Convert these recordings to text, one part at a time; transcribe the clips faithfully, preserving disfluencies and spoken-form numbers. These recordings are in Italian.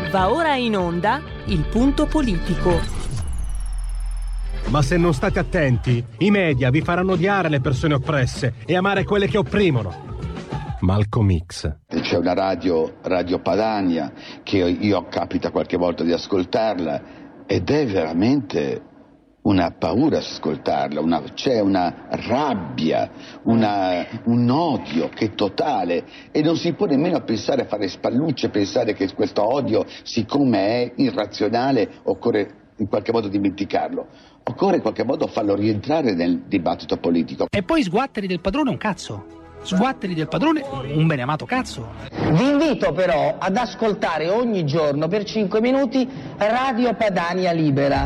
Va ora in onda il punto politico. Ma se non state attenti, i media vi faranno odiare le persone oppresse e amare quelle che opprimono. Malcolm X. C'è una radio, Radio Padania, che io capita qualche volta di ascoltarla ed è veramente una paura ascoltarla, una, c'è una rabbia, una, un odio che è totale e non si può nemmeno pensare a fare spallucce, pensare che questo odio, siccome è irrazionale, occorre in qualche modo dimenticarlo. Occorre in qualche modo farlo rientrare nel dibattito politico. E poi sguatteri del padrone un cazzo. Sguatteri del padrone un beneamato cazzo. Vi invito però ad ascoltare ogni giorno per cinque minuti Radio Padania Libera.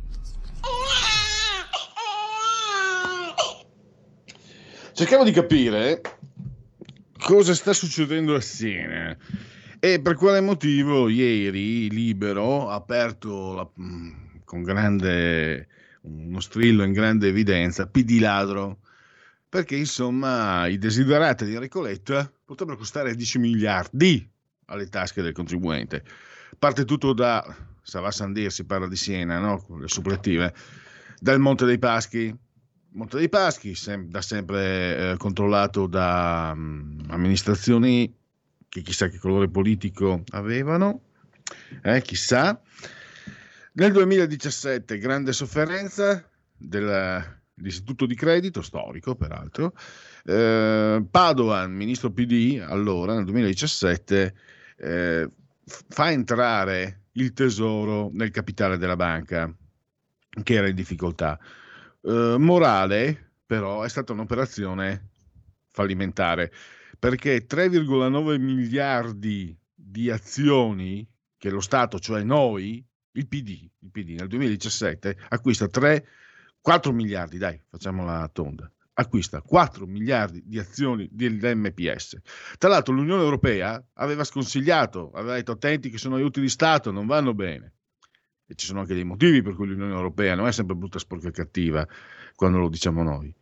Cerchiamo di capire cosa sta succedendo a Siena e per quale motivo ieri Libero ha aperto la, con grande uno strillo in grande evidenza P D ladro, perché insomma i desiderati di Enrico Letta potrebbero costare dieci miliardi alle tasche del contribuente. Parte tutto da Savà Sandir, si parla di Siena, no? Le supplettive, dal Monte dei Paschi. Monte dei Paschi, sem- da sempre eh, controllato da um, amministrazioni che chissà che colore politico avevano, eh, chissà. Nel duemiladiciassette, grande sofferenza dell'istituto di credito, storico peraltro, eh, Padoan, ministro P D, allora nel duemiladiciassette, eh, fa entrare il tesoro nel capitale della banca, che era in difficoltà. Uh, morale, però, è stata un'operazione fallimentare, perché tre virgola nove miliardi di azioni che lo Stato, cioè noi, il P D, il P D nel duemiladiciassette acquista tre, quattro miliardi, dai, facciamola tonda, acquista quattro miliardi di azioni dell'M P S. Tra l'altro l'Unione Europea aveva sconsigliato, aveva detto attenti che sono aiuti di Stato, non vanno bene. E ci sono anche dei motivi per cui l'Unione Europea non è sempre brutta, sporca e cattiva quando lo diciamo noi.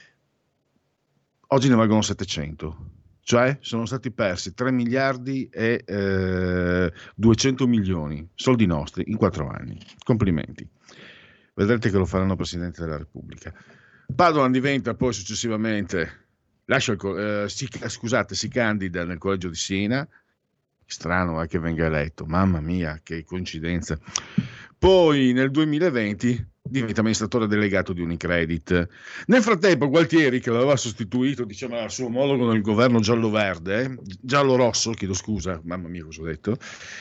Oggi ne valgono settecento, cioè sono stati persi tre miliardi e eh, duecento milioni, soldi nostri, in quattro anni. Complimenti. Vedrete che lo faranno Presidente della Repubblica. Padoan diventa poi successivamente, lascia il, eh, si, scusate, si candida nel collegio di Siena. Strano eh, che venga eletto, mamma mia, che coincidenza. Poi nel duemilaventi diventa amministratore delegato di Unicredit. Nel frattempo Gualtieri, che l'aveva sostituito, diciamo, al suo omologo nel governo giallo-verde, eh, giallo-rosso, chiedo scusa, mamma mia cosa ho detto,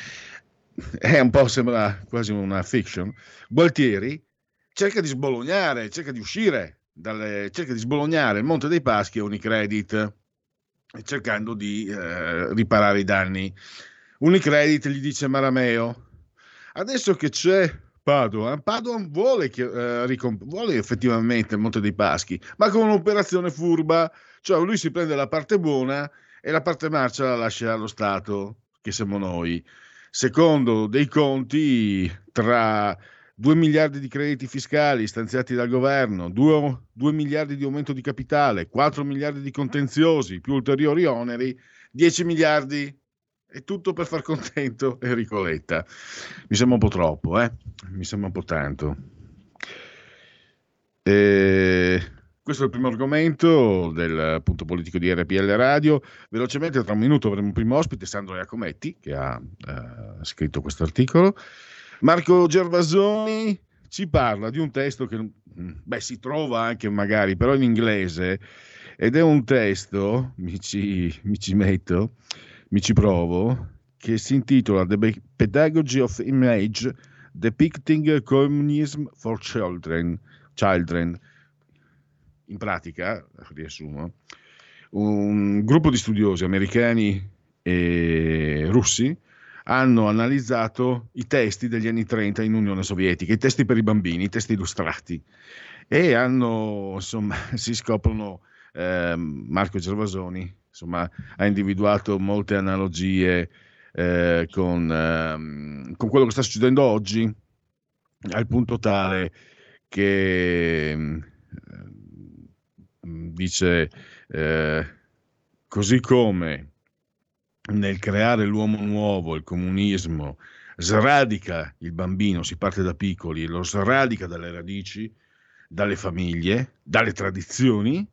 è un po', sembra quasi una fiction. Gualtieri cerca di sbolognare, cerca di uscire, dalle, cerca di sbolognare il Monte dei Paschi e Unicredit, cercando di eh, riparare i danni. Unicredit gli dice Marameo, adesso che c'è Padoan, Padoan vuole, eh, ricomp- vuole effettivamente il Monte dei Paschi, ma con un'operazione furba, cioè lui si prende la parte buona e la parte marcia la lascia allo Stato, che siamo noi. Secondo dei conti, tra due miliardi di crediti fiscali stanziati dal governo, due miliardi di aumento di capitale, quattro miliardi di contenziosi, più ulteriori oneri, dieci miliardi. È tutto per far contento Enrico Letta. Mi sembra un po' troppo, eh? Mi sembra un po' tanto. E questo è il primo argomento del punto politico di R P L Radio. Velocemente, tra un minuto avremo un primo ospite, Sandro Iacometti, che ha uh, scritto questo articolo. Marco Gervasoni ci parla di un testo che beh, si trova anche magari, però in inglese, ed è un testo, mi ci, mi ci metto, mi ci provo, che si intitola The Pedagogy of Image Depicting Communism for Children. Children. In pratica, riassumo, un gruppo di studiosi americani e russi hanno analizzato i testi degli anni trenta in Unione Sovietica, i testi per i bambini, i testi illustrati, e hanno, insomma, si scoprono, eh, Marco Gervasoni, insomma, ha individuato molte analogie eh, con, eh, con quello che sta succedendo oggi, al punto tale che eh, dice, eh, così come nel creare l'uomo nuovo, il comunismo, sradica il bambino, si parte da piccoli, lo sradica dalle radici, dalle famiglie, dalle tradizioni.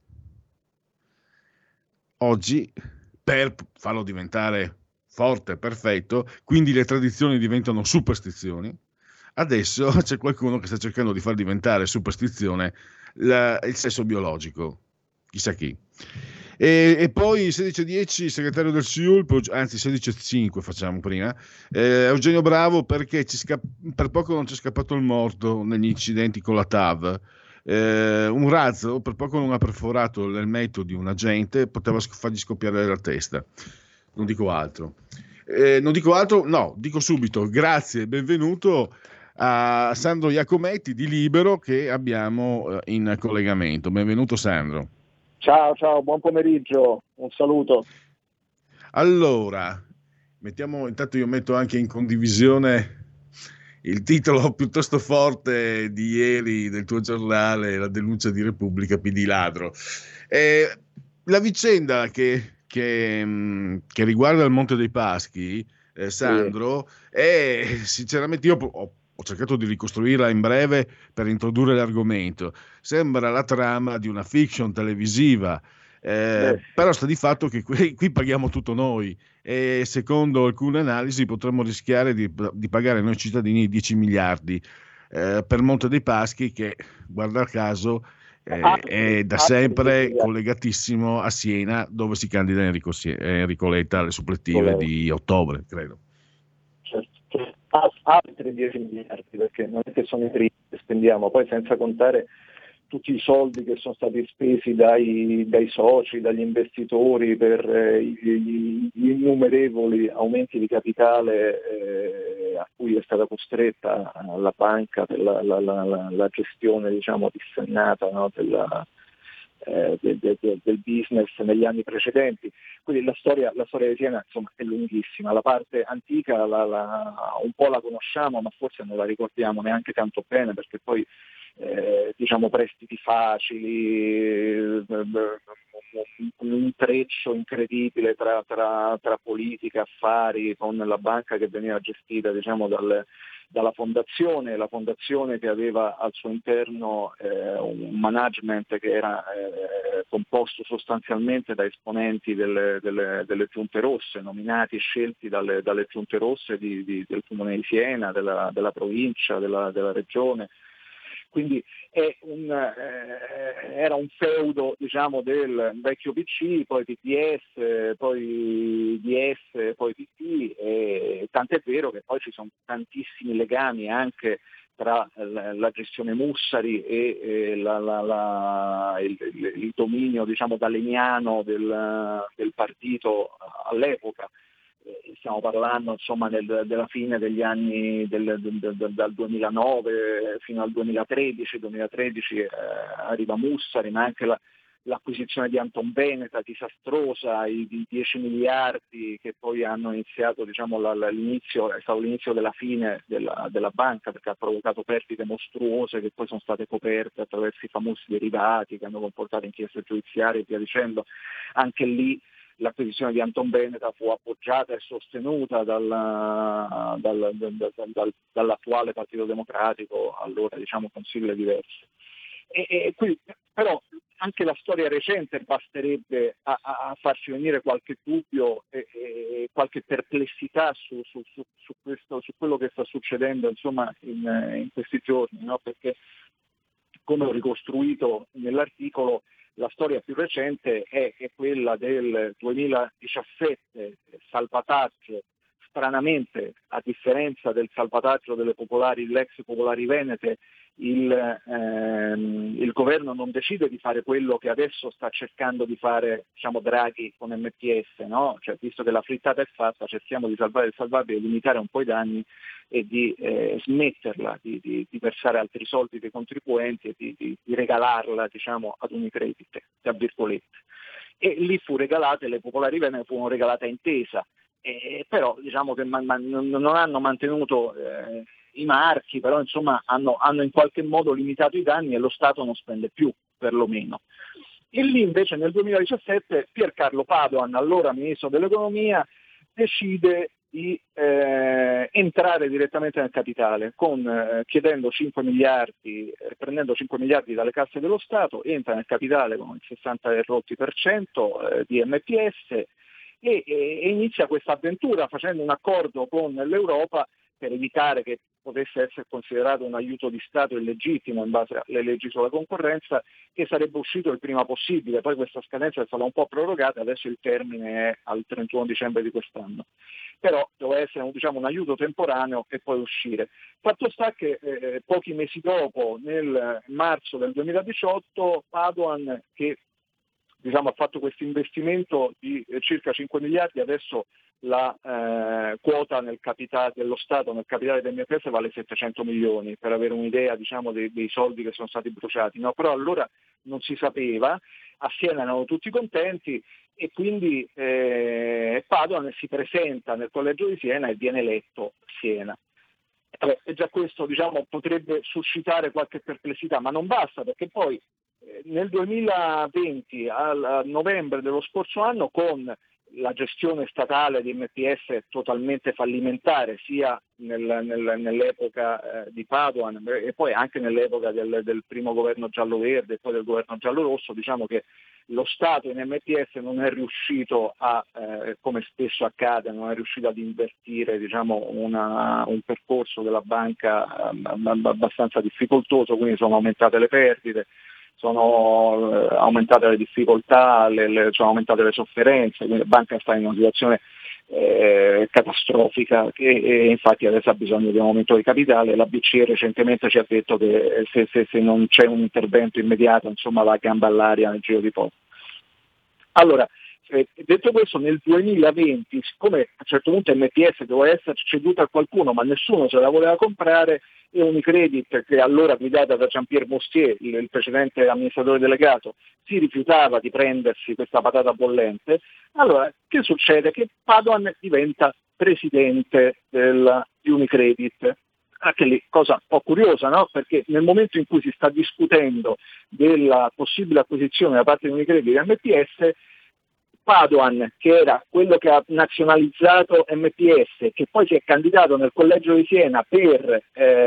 Oggi, per farlo diventare forte, perfetto, quindi le tradizioni diventano superstizioni. Adesso c'è qualcuno che sta cercando di far diventare superstizione la, il sesso biologico, chissà chi. E, e poi sedici e dieci, segretario del S I U L, anzi sedici e cinque facciamo prima, eh, Eugenio Bravo, perché ci sca- per poco non c'è scappato il morto negli incidenti con la T A V. Eh, un razzo per poco non ha perforato l'elmetto di un agente, poteva sc- fargli scoppiare la testa. Non dico altro. Eh, non dico altro, no, dico subito grazie e benvenuto a Sandro Iacometti di Libero che abbiamo in collegamento. Benvenuto Sandro. Ciao, ciao, buon pomeriggio, un saluto. Allora, mettiamo, intanto io metto anche in condivisione il titolo piuttosto forte di ieri del tuo giornale, la denuncia di Repubblica P D ladro. Eh, la vicenda che, che, che riguarda il Monte dei Paschi, eh, Sandro, sì. È sinceramente io ho Ho cercato di ricostruirla in breve per introdurre l'argomento. Sembra la trama di una fiction televisiva, eh, eh. però sta di fatto che qui, qui paghiamo tutto noi e secondo alcune analisi potremmo rischiare di, di pagare noi cittadini dieci miliardi eh, per Monte dei Paschi che, guarda caso, eh, è da sempre collegatissimo a Siena, dove si candida Enrico, Enrico Letta alle suppletive di ottobre, credo. Altri dieci miliardi, perché non è che sono i primi che spendiamo, poi senza contare tutti i soldi che sono stati spesi dai, dai soci, dagli investitori per eh, gli, gli innumerevoli aumenti di capitale eh, a cui è stata costretta la banca per la, la, la, la gestione, diciamo, dissennata, no, della, eh, del, del, del business negli anni precedenti. Quindi la storia, la storia di Siena, insomma, è lunghissima. La parte antica la, la, un po' la conosciamo, ma forse non la ricordiamo neanche tanto bene, perché poi eh, diciamo prestiti facili, un intreccio incredibile tra, tra, tra politica, affari, con la banca che veniva gestita, diciamo, dal dalla fondazione, la fondazione che aveva al suo interno eh, un management che era eh, composto sostanzialmente da esponenti delle, delle, delle giunte rosse, nominati e scelti dalle, dalle giunte rosse di, di, del Comune di Siena, della, della provincia, della, della regione. Quindi è un, eh, era un feudo, diciamo, del vecchio P C, poi P D S, poi D S, poi P P, e tant'è vero che poi ci sono tantissimi legami anche tra la, la gestione Mussari e, e la, la, la, il, il dominio, diciamo, daleniano del, del partito all'epoca. Stiamo parlando, insomma, del, della fine degli anni del, del, del, dal duemilanove fino al duemilatredici. duemilatredici eh, arriva Mussari, ma anche la, l'acquisizione di Anton Veneta disastrosa, i, i dieci miliardi che poi hanno iniziato, diciamo, la, la, l'inizio, è stato l'inizio della fine della, della banca, perché ha provocato perdite mostruose che poi sono state coperte attraverso i famosi derivati che hanno comportato inchieste giudiziarie e via dicendo. Anche lì l'acquisizione di Anton Veneta fu appoggiata e sostenuta dal, dal, dal, dal, dall'attuale Partito Democratico, allora, diciamo, con sigle diverse. E, e quindi, però anche la storia recente basterebbe a, a farci venire qualche dubbio e, e qualche perplessità su, su, su, su, questo, su quello che sta succedendo, insomma, in, in questi giorni, no? Perché, come ho ricostruito nell'articolo, la storia più recente è, è quella del duemiladiciassette, salvataggio, stranamente, a differenza del salvataggio delle popolari, l'ex popolari venete, il, ehm, il governo non decide di fare quello che adesso sta cercando di fare, diciamo, Draghi con M P S, no? Cioè, visto che la frittata è fatta, cerchiamo di salvare il salvabile, limitare un po' i danni e di eh, smetterla di, di, di versare altri soldi dei contribuenti e di, di, di regalarla, diciamo, ad Unicredit, tra virgolette. E lì fu regalata, le popolari venete furono regalate a intesa, eh, però diciamo che man, man, non hanno mantenuto eh, i marchi, però insomma hanno, hanno in qualche modo limitato i danni e lo Stato non spende più, perlomeno. E lì invece nel duemiladiciassette Piercarlo Padoan, allora ministro dell'economia, decide di eh, entrare direttamente nel capitale, con, eh, chiedendo cinque miliardi, eh, prendendo cinque miliardi dalle casse dello Stato, entra nel capitale con il sessanta e rotti per cento eh, di M P S e, e, e inizia questa avventura facendo un accordo con l'Europa per evitare che potesse essere considerato un aiuto di Stato illegittimo in base alle leggi sulla concorrenza, che sarebbe uscito il prima possibile. Poi questa scadenza è stata un po' prorogata, adesso il termine è al trentuno dicembre di quest'anno. Però doveva essere un, diciamo, un aiuto temporaneo e poi uscire. Fatto sta che eh, pochi mesi dopo, nel marzo del duemiladiciotto, Padoan, che diciamo, ha fatto questo investimento di eh, circa cinque miliardi, adesso la eh, quota nel capitale dello Stato, nel capitale del M P S vale settecento milioni, per avere un'idea diciamo, dei, dei soldi che sono stati bruciati. No? Però allora non si sapeva, a Siena erano tutti contenti e quindi eh, Padoan si presenta nel collegio di Siena e viene eletto a Siena. Vabbè, e già questo diciamo, potrebbe suscitare qualche perplessità, ma non basta, perché poi eh, nel duemilaventi, al, a novembre dello scorso anno, con la gestione statale di M P S totalmente fallimentare, sia nel, nel, nell'epoca eh, di Padoan e poi anche nell'epoca del, del primo governo giallo-verde e poi del governo giallo-rosso, diciamo che lo Stato in M P S non è riuscito a, eh, come spesso accade, non è riuscito ad invertire diciamo, una, un percorso della banca eh, abbastanza difficoltoso, quindi sono aumentate le perdite, sono aumentate le difficoltà, le, le, sono aumentate le sofferenze, quindi la banca sta in una situazione eh, catastrofica che e infatti adesso ha bisogno di un aumento di capitale. La B C E recentemente ci ha detto che se, se, se non c'è un intervento immediato insomma va a gamba all'aria nel giro di poco. Allora, eh, detto questo, nel duemilaventi, siccome a un certo punto M P S doveva essere ceduta a qualcuno ma nessuno se la voleva comprare, e Unicredit, che allora guidata da Jean-Pierre Mostier, il, il precedente amministratore delegato, si rifiutava di prendersi questa patata bollente, allora che succede? Che Padoan diventa presidente del, di Unicredit. Anche lì, cosa un po' curiosa, no? Perché nel momento in cui si sta discutendo della possibile acquisizione da parte di Unicredit di M P S, Padoan, che era quello che ha nazionalizzato M P S, che poi si è candidato nel collegio di Siena per,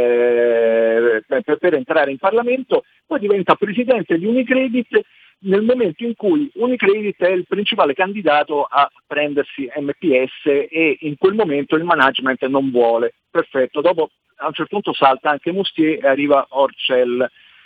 eh, per, per entrare in Parlamento, poi diventa presidente di Unicredit nel momento in cui Unicredit è il principale candidato a prendersi M P S e in quel momento il management non vuole. Perfetto, dopo a un certo punto salta anche Mustier e arriva Orcel.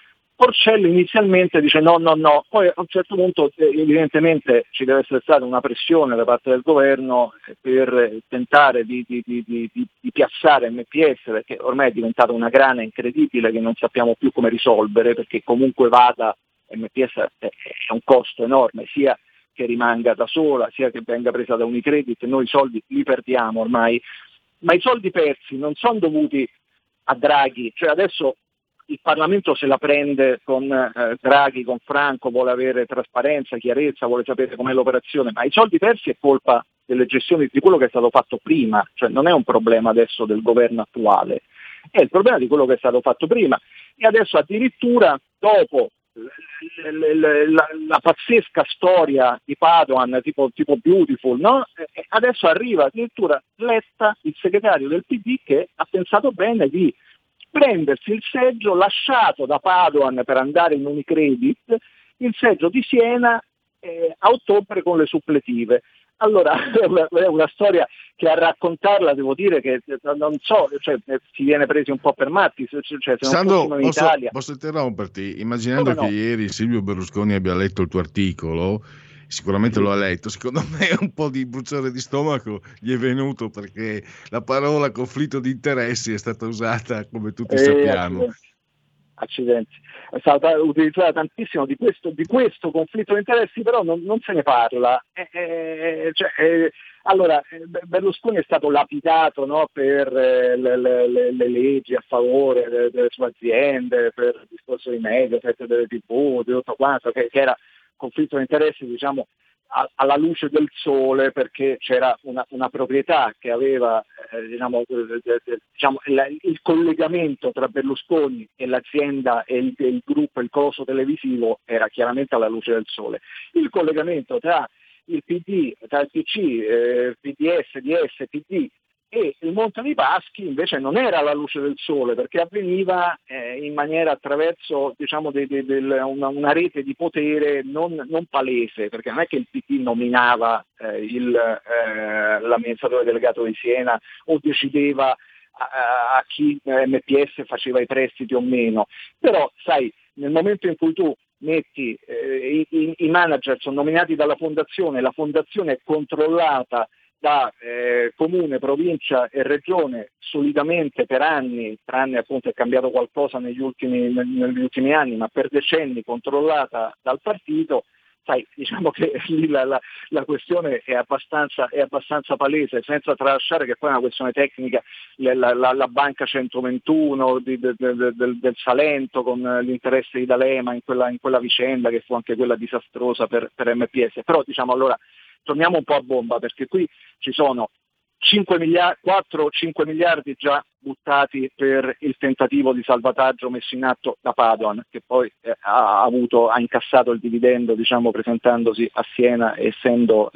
Orcel inizialmente dice no, no, no, poi a un certo punto evidentemente ci deve essere stata una pressione da parte del governo per tentare di, di, di, di, di piazzare M P S, perché ormai è diventata una grana incredibile che non sappiamo più come risolvere, perché comunque vada M P S è un costo enorme, sia che rimanga da sola, sia che venga presa da Unicredit, noi i soldi li perdiamo ormai, ma i soldi persi non sono dovuti a Draghi, cioè adesso il Parlamento se la prende con eh, Draghi, con Franco, vuole avere trasparenza, chiarezza, vuole sapere com'è l'operazione, ma i soldi persi è colpa delle gestioni di quello che è stato fatto prima, cioè non è un problema adesso del governo attuale, è il problema di quello che è stato fatto prima. E adesso addirittura dopo la, la, la, la pazzesca storia di Padoan tipo, tipo Beautiful, no? E adesso arriva addirittura Letta, il segretario del P D, che ha pensato bene di prendersi il seggio lasciato da Padoan per andare in Unicredit, il seggio di Siena eh, a ottobre con le suppletive. Allora è una storia che a raccontarla devo dire che non so, cioè, si viene presi un po' per matti, cioè, se Sandro, non in posso, Italia... posso interromperti? Immaginando no? che ieri Silvio Berlusconi abbia letto il tuo articolo, sicuramente lo ha letto, secondo me un po' di bruciore di stomaco gli è venuto, perché la parola conflitto di interessi è stata usata, come tutti eh, sappiamo. Accidenti. accidenti. È stata utilizzata tantissimo di questo, di questo conflitto di interessi, però non, non se ne parla. Eh, eh, cioè, eh, allora, Berlusconi è stato lapidato, no, per eh, le, le, le leggi a favore delle, delle sue aziende, per il discorso di Mediaset, delle tivù, di tutto quanto, che, che era conflitto di interessi, diciamo, alla luce del sole, perché c'era una, una proprietà che aveva eh, diciamo, diciamo, il, il collegamento tra Berlusconi e l'azienda e il, il gruppo, il coso televisivo era chiaramente alla luce del sole. Il collegamento tra il P D, tra il P C, eh, P D S, D S, P D e il Monte dei Paschi invece non era alla luce del sole, perché avveniva eh, in maniera attraverso diciamo de, de, de, una, una rete di potere non, non palese, perché non è che il P D nominava eh, il, eh, l'amministratore delegato di Siena o decideva a, a chi M P S faceva i prestiti o meno, però sai, nel momento in cui tu metti eh, i, i manager sono nominati dalla fondazione, la fondazione è controllata da eh, comune, provincia e regione solidamente per anni, tranne appunto è cambiato qualcosa negli ultimi, negli ultimi anni, ma per decenni controllata dal partito, sai, diciamo che lì la, la, la questione è abbastanza, è abbastanza palese, senza tralasciare che poi è una questione tecnica, la, la, la banca centoventuno di, de, de, de, del, del Salento con l'interesse di D'Alema in quella, in quella vicenda che fu anche quella disastrosa per, per M P S, però diciamo allora torniamo un po' a bomba, perché qui ci sono cinque miliardi, quattro o cinque miliardi già buttati per il tentativo di salvataggio messo in atto da Padoan, che poi eh, ha, avuto, ha incassato il dividendo diciamo, presentandosi a Siena, essendo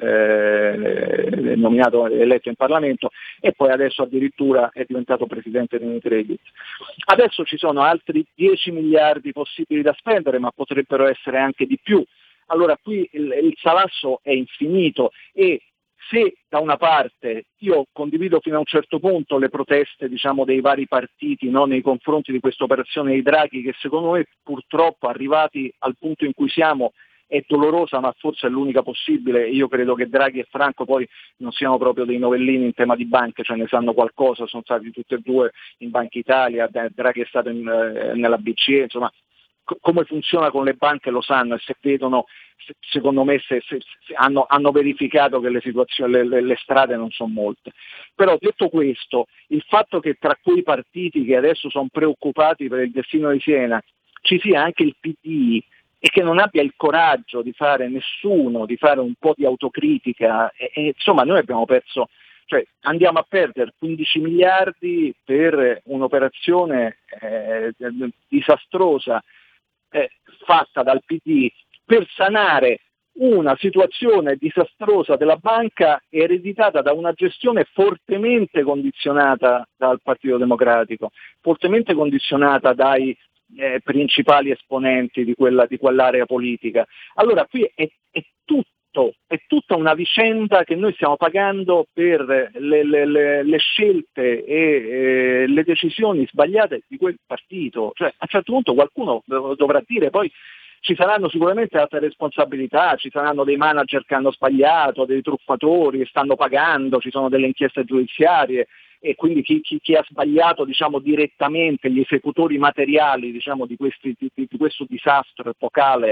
eh, nominato, eletto in Parlamento, e poi adesso addirittura è diventato presidente di Unicredit. Adesso ci sono altri dieci miliardi possibili da spendere, ma potrebbero essere anche di più. Allora qui il, il salasso è infinito e se da una parte io condivido fino a un certo punto le proteste diciamo, dei vari partiti no, nei confronti di questa operazione di Draghi, che secondo me purtroppo arrivati al punto in cui siamo è dolorosa, ma forse è l'unica possibile. Io credo che Draghi e Franco poi non siano proprio dei novellini in tema di banche, cioè ne sanno qualcosa, sono stati tutti e due in Banca Italia, Draghi è stato in, eh, nella B C E, insomma come funziona con le banche lo sanno, e se vedono, se, secondo me se, se, se hanno, hanno verificato che le situazioni, le, le, le strade non sono molte. Però detto questo, il fatto che tra quei partiti che adesso sono preoccupati per il destino di Siena ci sia anche il P D e che non abbia il coraggio di fare nessuno, di fare un po' di autocritica, e, e, insomma noi abbiamo perso, cioè andiamo a perdere quindici miliardi per un'operazione eh, disastrosa Eh, fatta dal P D per sanare una situazione disastrosa della banca ereditata da una gestione fortemente condizionata dal Partito Democratico, fortemente condizionata dai eh, principali esponenti di quella di quell'area politica. Allora qui è, è tutto, è tutta una vicenda che noi stiamo pagando per le, le, le, le scelte e eh, le decisioni sbagliate di quel partito. Cioè, a un certo punto qualcuno dovrà dire, poi ci saranno sicuramente altre responsabilità, ci saranno dei manager che hanno sbagliato, dei truffatori che stanno pagando, ci sono delle inchieste giudiziarie e quindi chi, chi, chi ha sbagliato diciamo, direttamente, gli esecutori materiali diciamo, di, questi, di, di questo disastro epocale,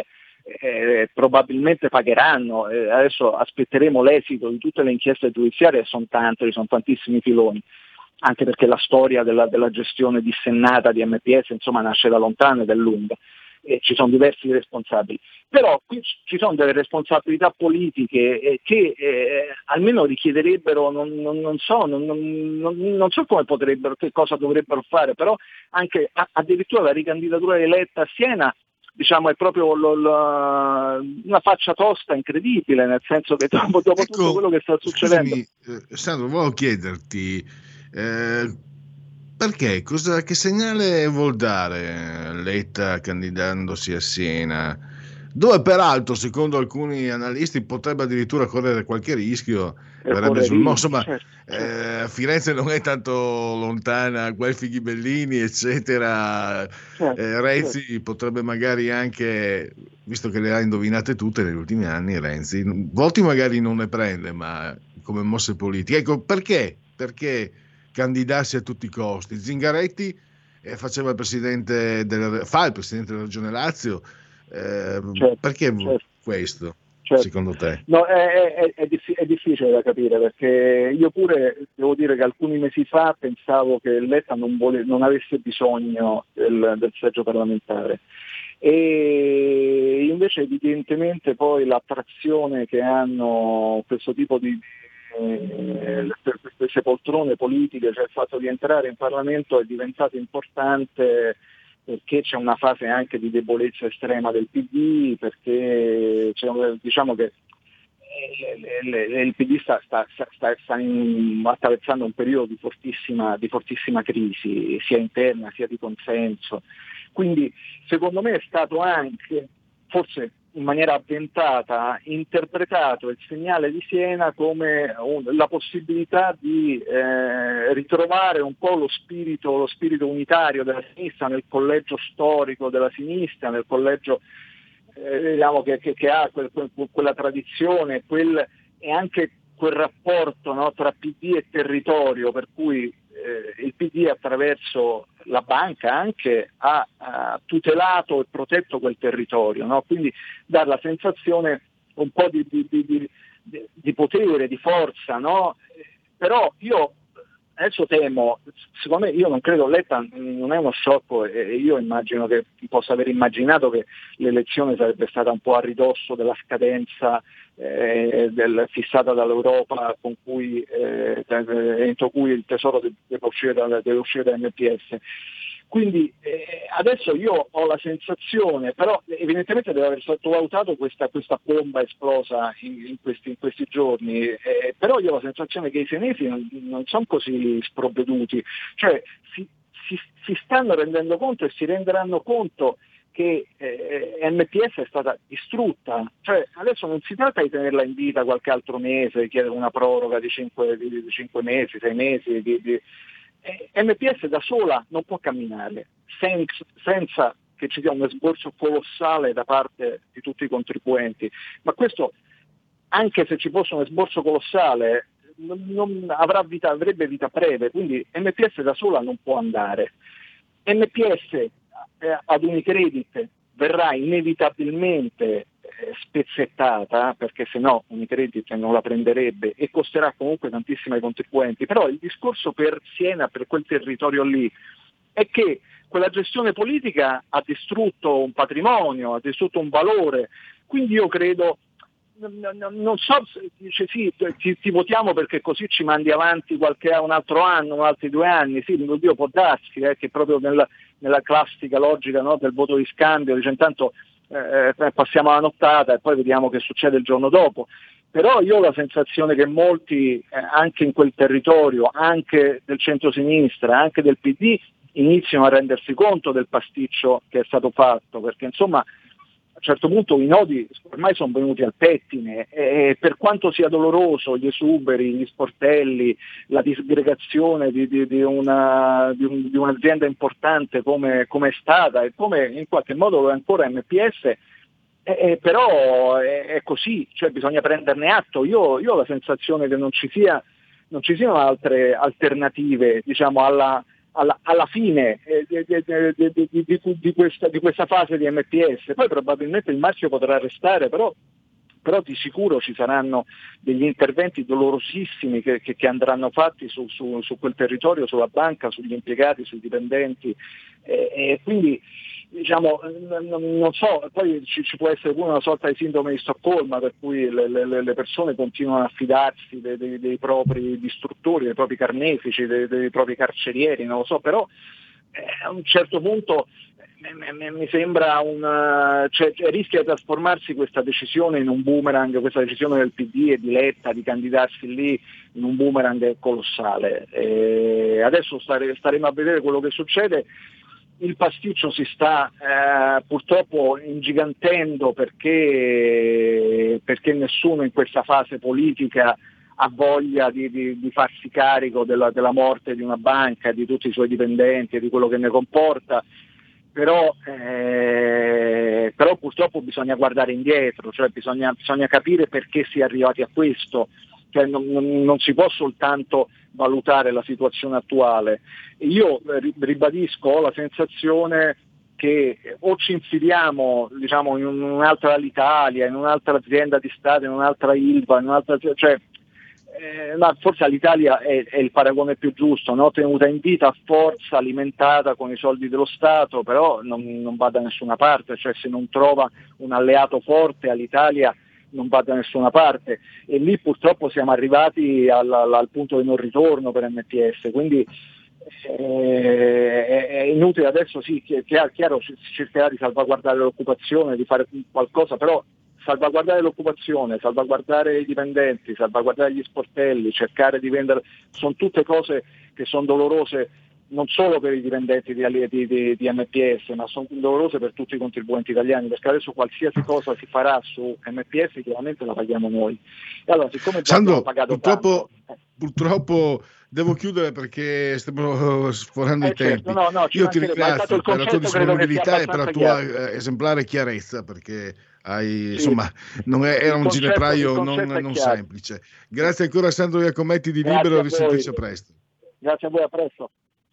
Eh, probabilmente pagheranno. Eh, adesso aspetteremo l'esito di tutte le inchieste giudiziarie, sono tante, ci sono tantissimi filoni, anche perché la storia della, della gestione dissennata di M P S insomma nasce da lontano ed è lunga, e ci sono diversi responsabili, però qui ci sono delle responsabilità politiche eh, che eh, almeno richiederebbero, non, non, non so, non, non, non so come potrebbero, che cosa dovrebbero fare, però anche a, addirittura la ricandidatura di Letta a Siena diciamo è proprio lo, lo, una faccia tosta incredibile, nel senso che dopo, dopo ecco, tutto quello che sta succedendo. Scusami, eh, Sandro, volevo chiederti eh, perché, cosa, che segnale vuol dare Letta candidandosi a Siena, dove peraltro secondo alcuni analisti potrebbe addirittura correre qualche rischio, verrebbe sul mosso, ma certo, certo. Eh, Firenze non è tanto lontana, Guelfi Ghibellini eccetera, certo, eh, Renzi certo. Potrebbe magari anche, visto che le ha indovinate tutte negli ultimi anni, Renzi voti magari non ne prende, ma come mosse politiche, ecco perché perché candidarsi a tutti i costi. Zingaretti eh, faceva il presidente del, fa il presidente della Regione Lazio. Eh, certo, perché certo. questo, certo. secondo te? No, è, è, è, è difficile da capire, perché io pure devo dire che alcuni mesi fa pensavo che Letta non, vole, non avesse bisogno del, del seggio parlamentare, e invece evidentemente poi l'attrazione che hanno questo tipo di eh, queste poltrone politiche, cioè il fatto di entrare in Parlamento, è diventato importante perché c'è una fase anche di debolezza estrema del P D, perché c'è, diciamo che le, le, le, il P D sta, sta, sta, sta in, attraversando un periodo di fortissima, di fortissima crisi, sia interna sia di consenso. Quindi secondo me è stato anche, forse in maniera avventata, interpretato il segnale di Siena come un, la possibilità di eh, ritrovare un po' lo spirito, lo spirito unitario della sinistra nel collegio storico della sinistra, nel collegio eh, diciamo che, che, che ha quel, quel, quella tradizione quel, e anche quel rapporto, no, tra P D e territorio, per cui eh, il P D attraverso la banca anche ha, ha tutelato e protetto quel territorio, no? Quindi dare la sensazione un po' di, di, di, di, di potere, di forza, no? Però io adesso temo, secondo me, io non credo, Letta non è uno sciocco e io immagino che possa aver immaginato che l'elezione sarebbe stata un po' a ridosso della scadenza eh, del, fissata dall'Europa, con cui, eh, entro cui il Tesoro deve uscire da, deve uscire da M P S. Quindi eh, adesso io ho la sensazione, però evidentemente deve aver sottovalutato questa, questa bomba esplosa in, in, questi, in questi giorni, eh, però io ho la sensazione che i senesi non, non sono così sprovveduti, cioè si, si, si stanno rendendo conto e si renderanno conto che eh, M P S è stata distrutta, cioè adesso non si tratta di tenerla in vita qualche altro mese, di chiedere una proroga di cinque, di, di cinque mesi, sei mesi, di, di M P S da sola non può camminare senza, senza che ci sia un esborso colossale da parte di tutti i contribuenti, ma questo, anche se ci fosse un esborso colossale, non, non avrà vita, avrebbe vita breve, quindi M P S da sola non può andare. M P S eh, ad Unicredit verrà inevitabilmente spezzettata, perché se no Unicredit non la prenderebbe e costerà comunque tantissimo ai contribuenti. Però il discorso per Siena, per quel territorio lì, è che quella gestione politica ha distrutto un patrimonio, ha distrutto un valore, quindi io credo, non so se dice sì, ti, ti votiamo perché così ci mandi avanti qualche un altro anno, altri due anni, sì, Dio può darsi, eh, che proprio nella, nella classica logica, no, del voto di scambio, dice intanto Eh, passiamo la nottata e poi vediamo che succede il giorno dopo. Però io ho la sensazione che molti, eh, anche in quel territorio, anche del centro-sinistra, anche del P D, iniziano a rendersi conto del pasticcio che è stato fatto, perché insomma a un certo punto i nodi ormai sono venuti al pettine e per quanto sia doloroso, gli esuberi, gli sportelli, la disgregazione di, di, di, una, di, un, di un'azienda importante come, come è stata e come in qualche modo lo è ancora M P S, eh, eh, però è, è così, cioè bisogna prenderne atto. Io, io ho la sensazione che non ci sia, non ci siano altre alternative, diciamo, alla Alla, alla fine eh, di, di, di, di, di, questa, di questa fase di M P S. Poi probabilmente il marchio potrà restare, però, però di sicuro ci saranno degli interventi dolorosissimi che, che, che andranno fatti su, su, su quel territorio, sulla banca, sugli impiegati, sui dipendenti, eh, e quindi diciamo, non, non so, poi ci, ci può essere pure una sorta di sindrome di Stoccolma, per cui le, le, le persone continuano a fidarsi dei, dei, dei propri distruttori, dei propri carnefici, dei, dei propri carcerieri, non lo so, però eh, a un certo punto mi, mi, mi sembra un, cioè, rischia di trasformarsi questa decisione in un boomerang, questa decisione del P D e di Letta di candidarsi lì in un boomerang colossale. E adesso stare, staremo a vedere quello che succede. Il pasticcio si sta eh, purtroppo ingigantendo perché, perché nessuno in questa fase politica ha voglia di, di, di farsi carico della, della morte di una banca, di tutti i suoi dipendenti e di quello che ne comporta, però, eh, però purtroppo bisogna guardare indietro, cioè bisogna, bisogna capire perché si è arrivati a questo. Cioè non, non, non si può soltanto valutare la situazione attuale. Io eh, ribadisco, ho la sensazione che o ci infiliamo, diciamo, in un'altra Alitalia, in un'altra azienda di Stato, in un'altra Ilva, in un'altra, cioè, eh, ma forse Alitalia è, è il paragone più giusto, no? Tenuta in vita a forza, alimentata con i soldi dello Stato, però non, non va da nessuna parte, cioè se non trova un alleato forte Alitalia non va da nessuna parte, e lì purtroppo siamo arrivati al, al punto di non ritorno per M P S, quindi eh, è inutile adesso, sì, chiaro, chiaro si cercherà di salvaguardare l'occupazione, di fare qualcosa, però salvaguardare l'occupazione, salvaguardare i dipendenti, salvaguardare gli sportelli, cercare di vendere, sono tutte cose che sono dolorose non solo per i dipendenti di, di, di, di M P S, ma sono dolorose per tutti i contribuenti italiani, perché adesso qualsiasi cosa si farà su M P S chiaramente la paghiamo noi. E allora, siccome già Sandro, abbiamo pagato purtroppo, tanto, purtroppo devo chiudere perché stiamo sforando eh i tempi. certo, no, no, Io ti mancherebbe, ma è stato ringrazio il per la tua concetto, credo che sia disponibilità e per la tua abbastanza eh, esemplare chiarezza, perché hai, Sì. insomma, non è, era Il un concetto- ginepraio il non, concetto è non chiaro. semplice. Grazie ancora a Sandro Iacometti di Grazie Libero, a a risentirci voi. a presto. Grazie a voi, a presto.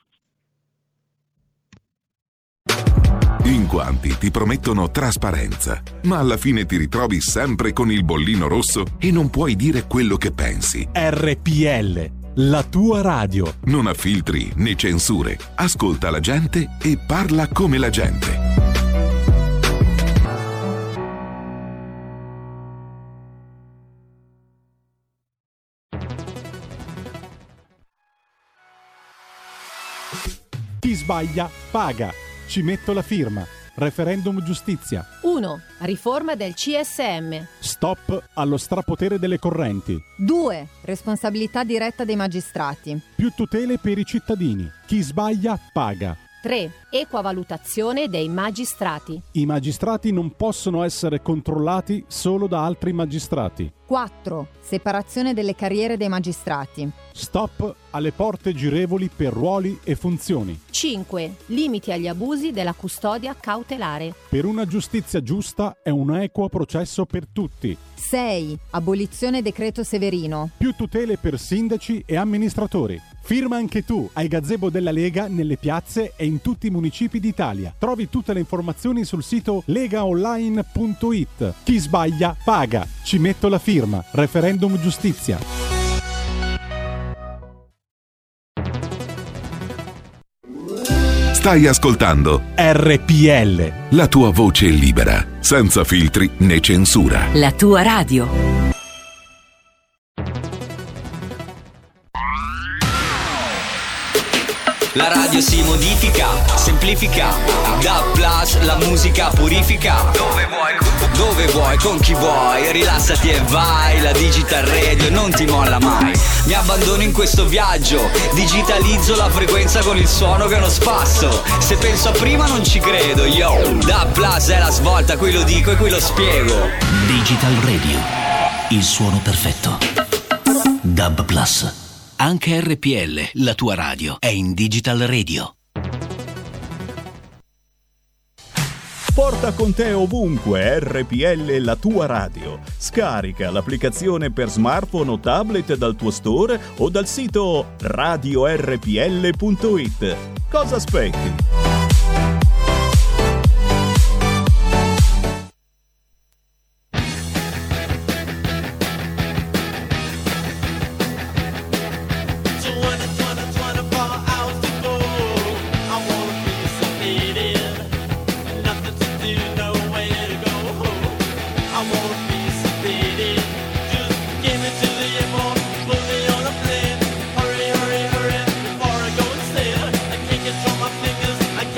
In quanti ti promettono trasparenza, ma alla fine ti ritrovi sempre con il bollino rosso e non puoi dire quello che pensi. R P L, la tua radio. Non ha filtri né censure. Ascolta la gente e parla come la gente. Chi sbaglia paga. Ci metto la firma. Referendum giustizia. uno. Riforma del C S M. Stop allo strapotere delle correnti. due. Responsabilità diretta dei magistrati. Più tutele per i cittadini. Chi sbaglia paga. tre. Equa valutazione dei magistrati. I magistrati non possono essere controllati solo da altri magistrati. quattro. Separazione delle carriere dei magistrati. Stop alle porte girevoli per ruoli e funzioni. cinque. Limiti agli abusi della custodia cautelare. Per una giustizia giusta e un equo processo per tutti. sei. Abolizione decreto Severino. Più tutele per sindaci e amministratori. Firma anche tu ai gazebo della Lega nelle piazze e in tutti i municipi d'Italia. Trovi tutte le informazioni sul sito legaonline punto it. Chi sbaglia paga. Ci metto la firma. Referendum giustizia. Stai ascoltando R P L. la tua voce libera, senza filtri né censura. La tua radio. La radio si modifica, semplifica, da plus la musica purifica. Dove vuoi, dove vuoi, con chi vuoi, rilassati e vai. La Digital Radio non ti molla mai. Mi abbandono in questo viaggio, digitalizzo la frequenza con il suono che è uno spasso. Se penso a prima non ci credo, yo. Da plus è la svolta, qui lo dico e qui lo spiego. Digital Radio, il suono perfetto. Dub Plus. Anche R P L, la tua radio, è in Digital Radio. Porta con te ovunque R P L, la tua radio. Scarica l'applicazione per smartphone o tablet dal tuo store o dal sito radio R P L punto it. Cosa aspetti? I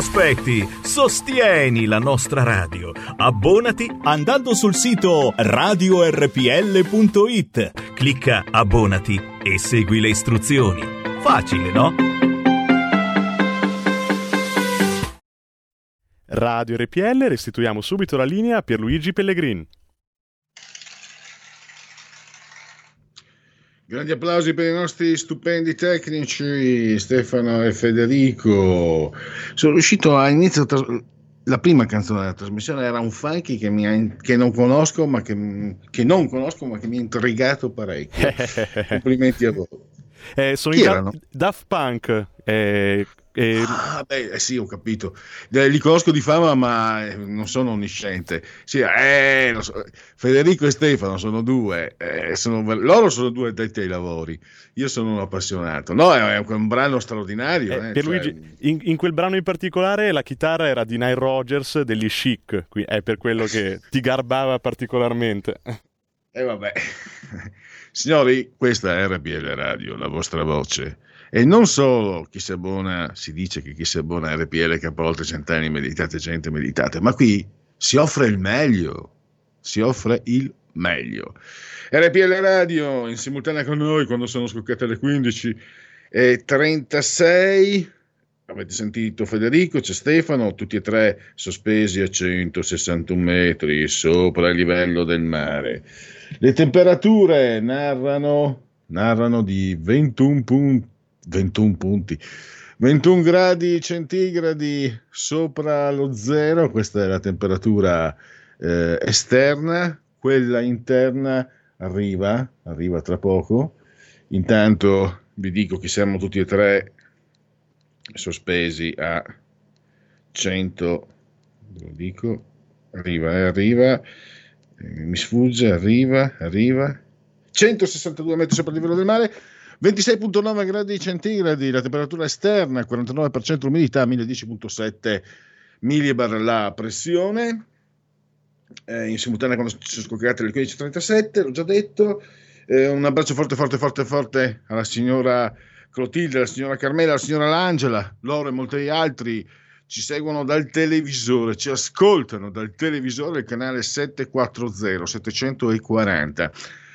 aspetti? Sostieni la nostra radio. Abbonati andando sul sito radio erre pi elle punto it. Clicca abbonati e segui le istruzioni. Facile, no? Radio erre pi elle, restituiamo subito la linea a Pierluigi Pellegrin. Grandi applausi per i nostri stupendi tecnici Stefano e Federico. Sono riuscito a iniziare la prima canzone della trasmissione, era un funky che, mi ha, che non conosco ma che, che non conosco ma che mi ha intrigato parecchio. Complimenti a voi. Eh, sono Chi i erano? Daft Punk. Eh, eh... Ah, beh, eh sì, ho capito. Eh, li conosco di fama, ma eh, non sono onnisciente. Sì, eh, lo so. Federico e Stefano sono due, eh, sono, loro sono due addetti ai lavori. Io sono un appassionato. No, è, è un brano straordinario. Eh, eh, Pierluigi, cioè... in, in quel brano in particolare la chitarra era di Nile Rodgers degli Chic, qui è per quello che ti garbava particolarmente. E eh, vabbè. Signori, questa è erre pi elle Radio, la vostra voce. E non solo chi si abbona, si dice che chi si abbona a erre pi elle che oltre cent'anni meditate, gente meditate, ma qui si offre il meglio, si offre il meglio. erre pi elle Radio in simultanea con noi quando sono scoccate le quindici e trentasei. Avete sentito Federico, c'è Stefano, tutti e tre sospesi a centosessantuno metri sopra il livello del mare. Le temperature narrano, narrano di ventuno punti. ventuno punti, ventuno gradi centigradi sopra lo zero. Questa è la temperatura eh, esterna, quella interna arriva, arriva tra poco. Intanto vi dico che siamo tutti e tre sospesi a cento, ve lo dico, arriva, eh, arriva, eh, mi sfugge, arriva, arriva, centosessantadue metri sopra il livello del mare. ventisei virgola nove gradi centigradi, la temperatura esterna, quarantanove per cento l'umidità, mille dieci virgola sette millibar la pressione, eh, in simultanea quando ci sono scoccate le quindici e trentasette, l'ho già detto. Eh, un abbraccio forte forte forte forte alla signora Clotilde, alla signora Carmela, alla signora L'Angela, loro e molti altri ci seguono dal televisore, ci ascoltano dal televisore, il canale settecentoquaranta, settecentoquaranta,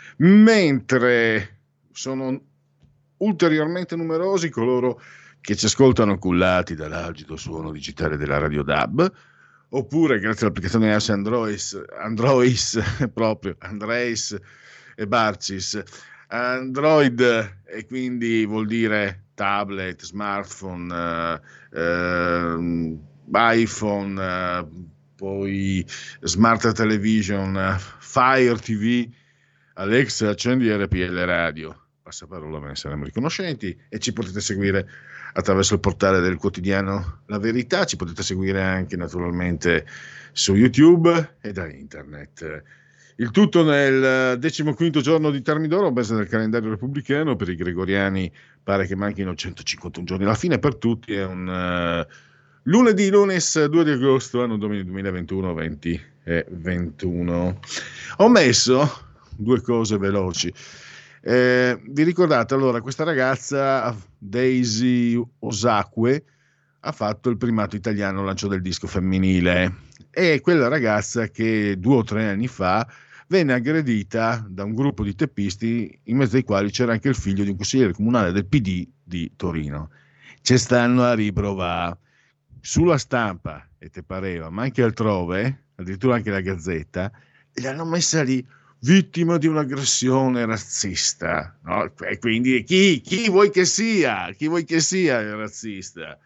mentre sono ulteriormente numerosi coloro che ci ascoltano cullati dall'algido suono digitale della Radio D A B, oppure grazie all'applicazione iOS Android, Android proprio Andreis e Barcis, Android, e quindi vuol dire tablet, smartphone, eh, eh, iPhone, eh, poi smart television, Fire ti vu. Alexa, accendi erre pi elle Radio. Passaparola, ve ne saremo riconoscenti, e ci potete seguire attraverso il portale del quotidiano La Verità, ci potete seguire anche naturalmente su YouTube e da internet. Il tutto nel decimoquinto giorno di Termidoro, mese del calendario repubblicano. Per i gregoriani pare che manchino centocinquantuno giorni alla fine, per tutti è un uh, lunedì, lunes due di agosto, anno domini duemilaventuno, venti e ventuno. Ho messo due cose veloci. Eh, vi ricordate allora questa ragazza Daisy Osakwe ha fatto il primato italiano lancio del disco femminile, e quella ragazza che due o tre anni fa venne aggredita da un gruppo di teppisti in mezzo ai quali c'era anche il figlio di un consigliere comunale del P D di Torino. Ci stanno a riprovare sulla Stampa, e te pareva, ma anche altrove, addirittura anche la Gazzetta, l'hanno messa lì vittima di un'aggressione razzista, no? E quindi chi, chi vuoi che sia, chi vuoi che sia il razzista?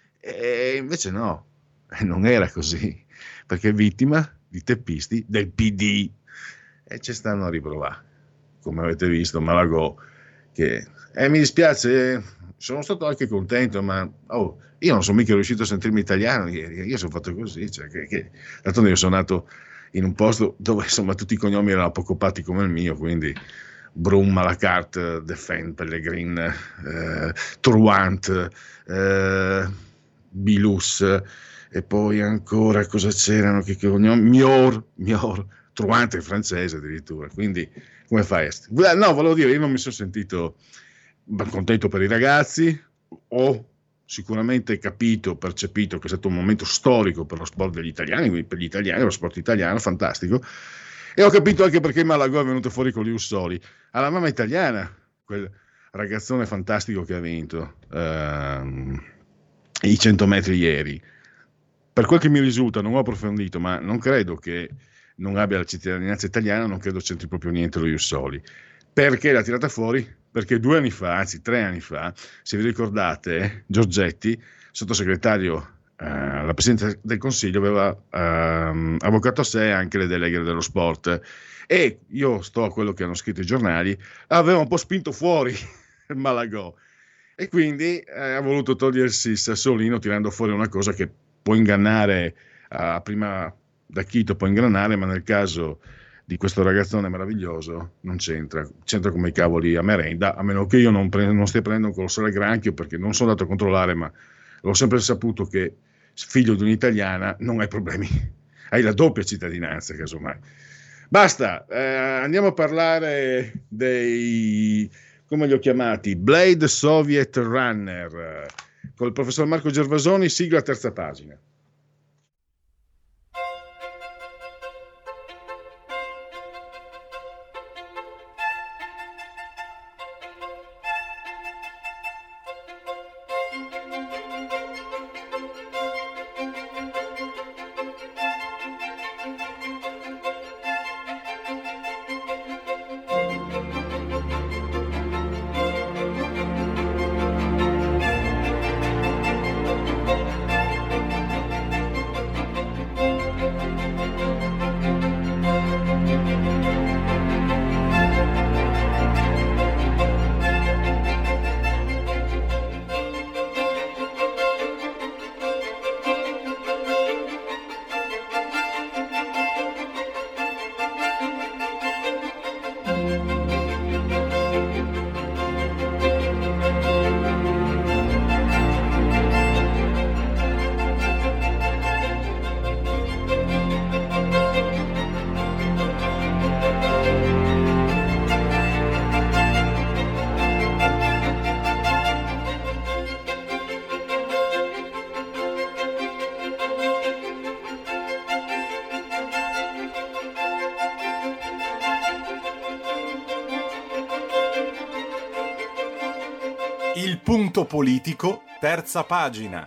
E invece no, non era così, perché è vittima di teppisti del P D, e ci stanno a riprovare, come avete visto Malagò, che eh, mi dispiace, sono stato anche contento, ma oh, io non sono mica riuscito a sentirmi italiano ieri, io sono fatto così, cioè che, che, d'altronde io sono nato in un posto dove insomma tutti i cognomi erano apocopati come il mio, quindi Brum, Malacarte, Defen, Pellegrin, eh, Truant, eh, Bilus, e poi ancora cosa c'erano, che cognomi, Mior, Mior, Truant è francese addirittura, quindi come fai? No, volevo dire, io non mi sono sentito contento per i ragazzi, o sicuramente capito, percepito che è stato un momento storico per lo sport degli italiani, per gli italiani, lo sport italiano, fantastico, e ho capito anche perché Malagò è venuto fuori con gli Ussoli, alla mamma italiana, quel ragazzone fantastico che ha vinto ehm, i cento metri ieri. Per quel che mi risulta, non ho approfondito, ma non credo che non abbia la cittadinanza italiana, non credo c'entri proprio niente lo Jussoli. Perché l'ha tirata fuori? Perché due anni fa, anzi tre anni fa, se vi ricordate, Giorgetti, sottosegretario eh, alla Presidenza del Consiglio, aveva ehm, avvocato a sé anche le deleghe dello sport, e io sto a quello che hanno scritto i giornali, aveva un po' spinto fuori Malagò, e quindi eh, ha voluto togliersi il sassolino tirando fuori una cosa che può ingannare a prima d'acchito, può ingranare, ma nel caso di questo ragazzone meraviglioso non c'entra, c'entra come i cavoli a merenda, a meno che io non, pre- non stia prendendo un colossale granchio, perché non sono andato a controllare, ma l'ho sempre saputo che figlio di un'italiana non hai problemi, hai la doppia cittadinanza casomai. Basta, eh, andiamo a parlare dei, come li ho chiamati, Blade Soviet Runner, con il professor Marco Gervasoni, sigla terza pagina. Il punto politico, terza pagina.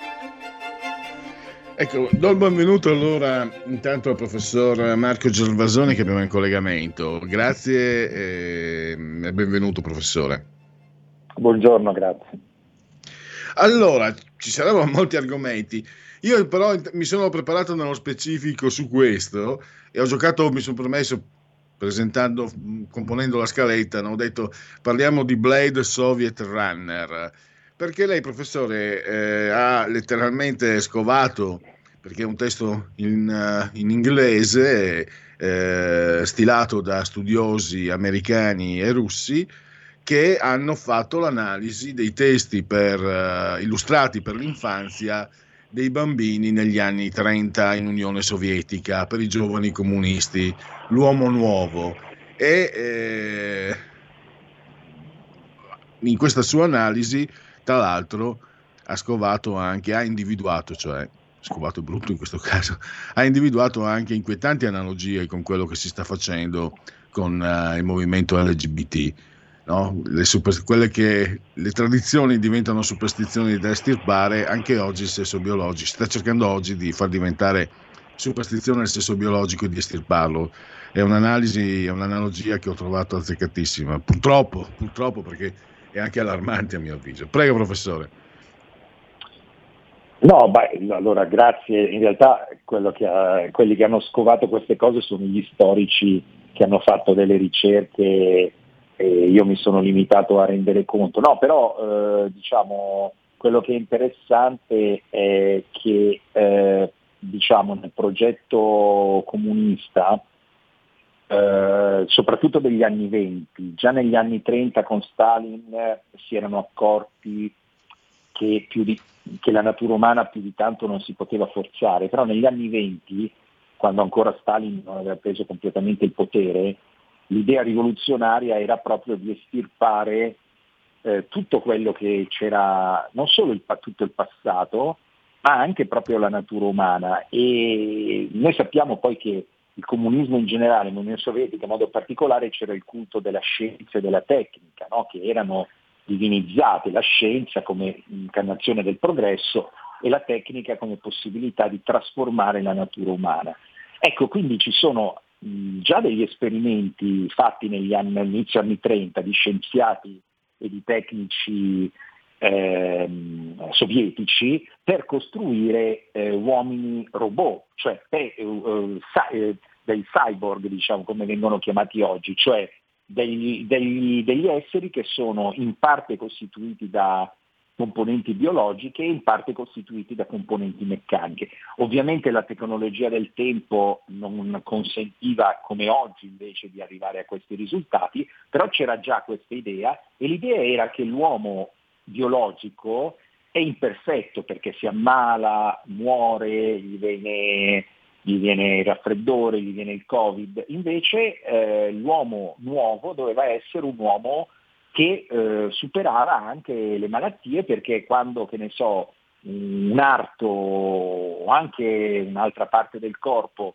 Ecco, do il benvenuto allora intanto al professor Marco Gervasoni che abbiamo in collegamento. Grazie e benvenuto professore. Buongiorno, grazie. Allora, ci sarebbero molti argomenti. Io però mi sono preparato nello specifico su questo e ho giocato, mi sono permesso, presentando, componendo la scaletta, no? Ho detto parliamo di Blade Soviet Runner, perché lei professore eh, ha letteralmente scovato, perché è un testo in, uh, in inglese eh, stilato da studiosi americani e russi che hanno fatto l'analisi dei testi per, uh, illustrati per l'infanzia dei bambini negli anni trenta in Unione Sovietica, per i giovani comunisti, l'uomo nuovo, e eh, in questa sua analisi tra l'altro ha scovato anche, ha individuato, cioè scovato è brutto in questo caso, ha individuato anche inquietanti analogie con quello che si sta facendo con uh, il movimento L G B T. No? Le, super, quelle che le tradizioni diventano superstizioni da estirpare, anche oggi il sesso biologico si sta cercando oggi di far diventare superstizione il sesso biologico e di estirparlo. È un'analisi, è un'analogia che ho trovato azzeccatissima, purtroppo, purtroppo perché è anche allarmante a mio avviso. Prego professore. No, beh, allora grazie. In realtà quello che ha, quelli che hanno scovato queste cose sono gli storici che hanno fatto delle ricerche. Io mi sono limitato a rendere conto, no, però eh, diciamo quello che è interessante è che eh, diciamo nel progetto comunista, eh, soprattutto degli anni venti, già negli anni trenta con Stalin eh, si erano accorti che, più di, che la natura umana più di tanto non si poteva forzare, però negli anni venti, quando ancora Stalin non aveva preso completamente il potere, l'idea rivoluzionaria era proprio di estirpare eh, tutto quello che c'era, non solo il, tutto il passato, ma anche proprio la natura umana. E noi sappiamo poi che il comunismo in generale, l'Unione Sovietica in modo particolare, c'era il culto della scienza e della tecnica, no? Che erano divinizzate, la scienza come incarnazione del progresso e la tecnica come possibilità di trasformare la natura umana. Ecco, quindi ci sono mh, già degli esperimenti fatti negli anni, all'inizio anni trenta di scienziati e di tecnici ehm, sovietici per costruire eh, uomini robot, cioè eh, eh, eh, dei cyborg, diciamo, come vengono chiamati oggi, cioè degli, degli, degli esseri che sono in parte costituiti da componenti biologiche e in parte costituiti da componenti meccaniche. Ovviamente la tecnologia del tempo non consentiva come oggi invece di arrivare a questi risultati, però c'era già questa idea e l'idea era che l'uomo biologico è imperfetto perché si ammala, muore, gli viene, gli viene il raffreddore, gli viene il Covid, invece eh, l'uomo nuovo doveva essere un uomo che eh, superava anche le malattie, perché quando, che ne so, un arto o anche un'altra parte del corpo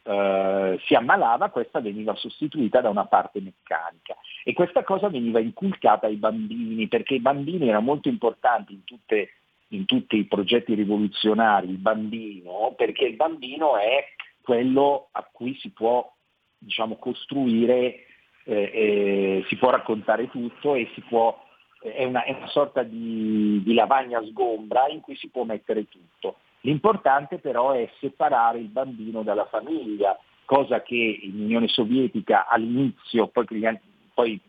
eh, si ammalava, questa veniva sostituita da una parte meccanica. E questa cosa veniva inculcata ai bambini, perché i bambini erano molto importanti in, tutte, in tutti i progetti rivoluzionari, il bambino, perché il bambino è quello a cui si può, diciamo, costruire, Eh, eh, si può raccontare tutto e si può, eh, è, una, è una sorta di, di lavagna sgombra in cui si può mettere tutto. L'importante però è separare il bambino dalla famiglia, cosa che in Unione Sovietica all'inizio, poi, poi,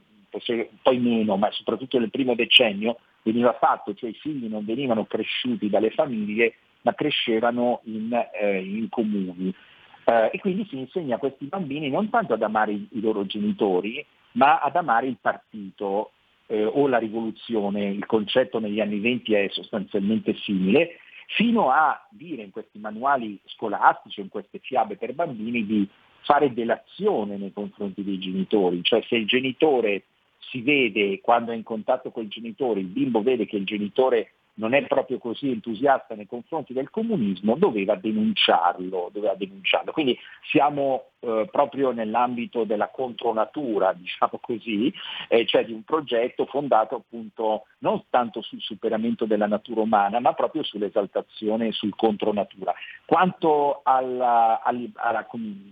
poi meno, ma soprattutto nel primo decennio veniva fatto, cioè i figli non venivano cresciuti dalle famiglie ma crescevano in, eh, in comuni. Uh, e quindi si insegna a questi bambini non tanto ad amare i, i loro genitori, ma ad amare il partito eh, o la rivoluzione. Il concetto negli anni venti è sostanzialmente simile, fino a dire in questi manuali scolastici, in queste fiabe per bambini, di fare delazione nei confronti dei genitori. Cioè se il genitore si vede, quando è in contatto col genitore, il bimbo vede che il genitore non è proprio così entusiasta nei confronti del comunismo, doveva denunciarlo, doveva denunciarlo. Quindi siamo eh, proprio nell'ambito della contronatura, diciamo così, eh, cioè di un progetto fondato appunto non tanto sul superamento della natura umana, ma proprio sull'esaltazione e sul contronatura. Quanto alla, alla, alla,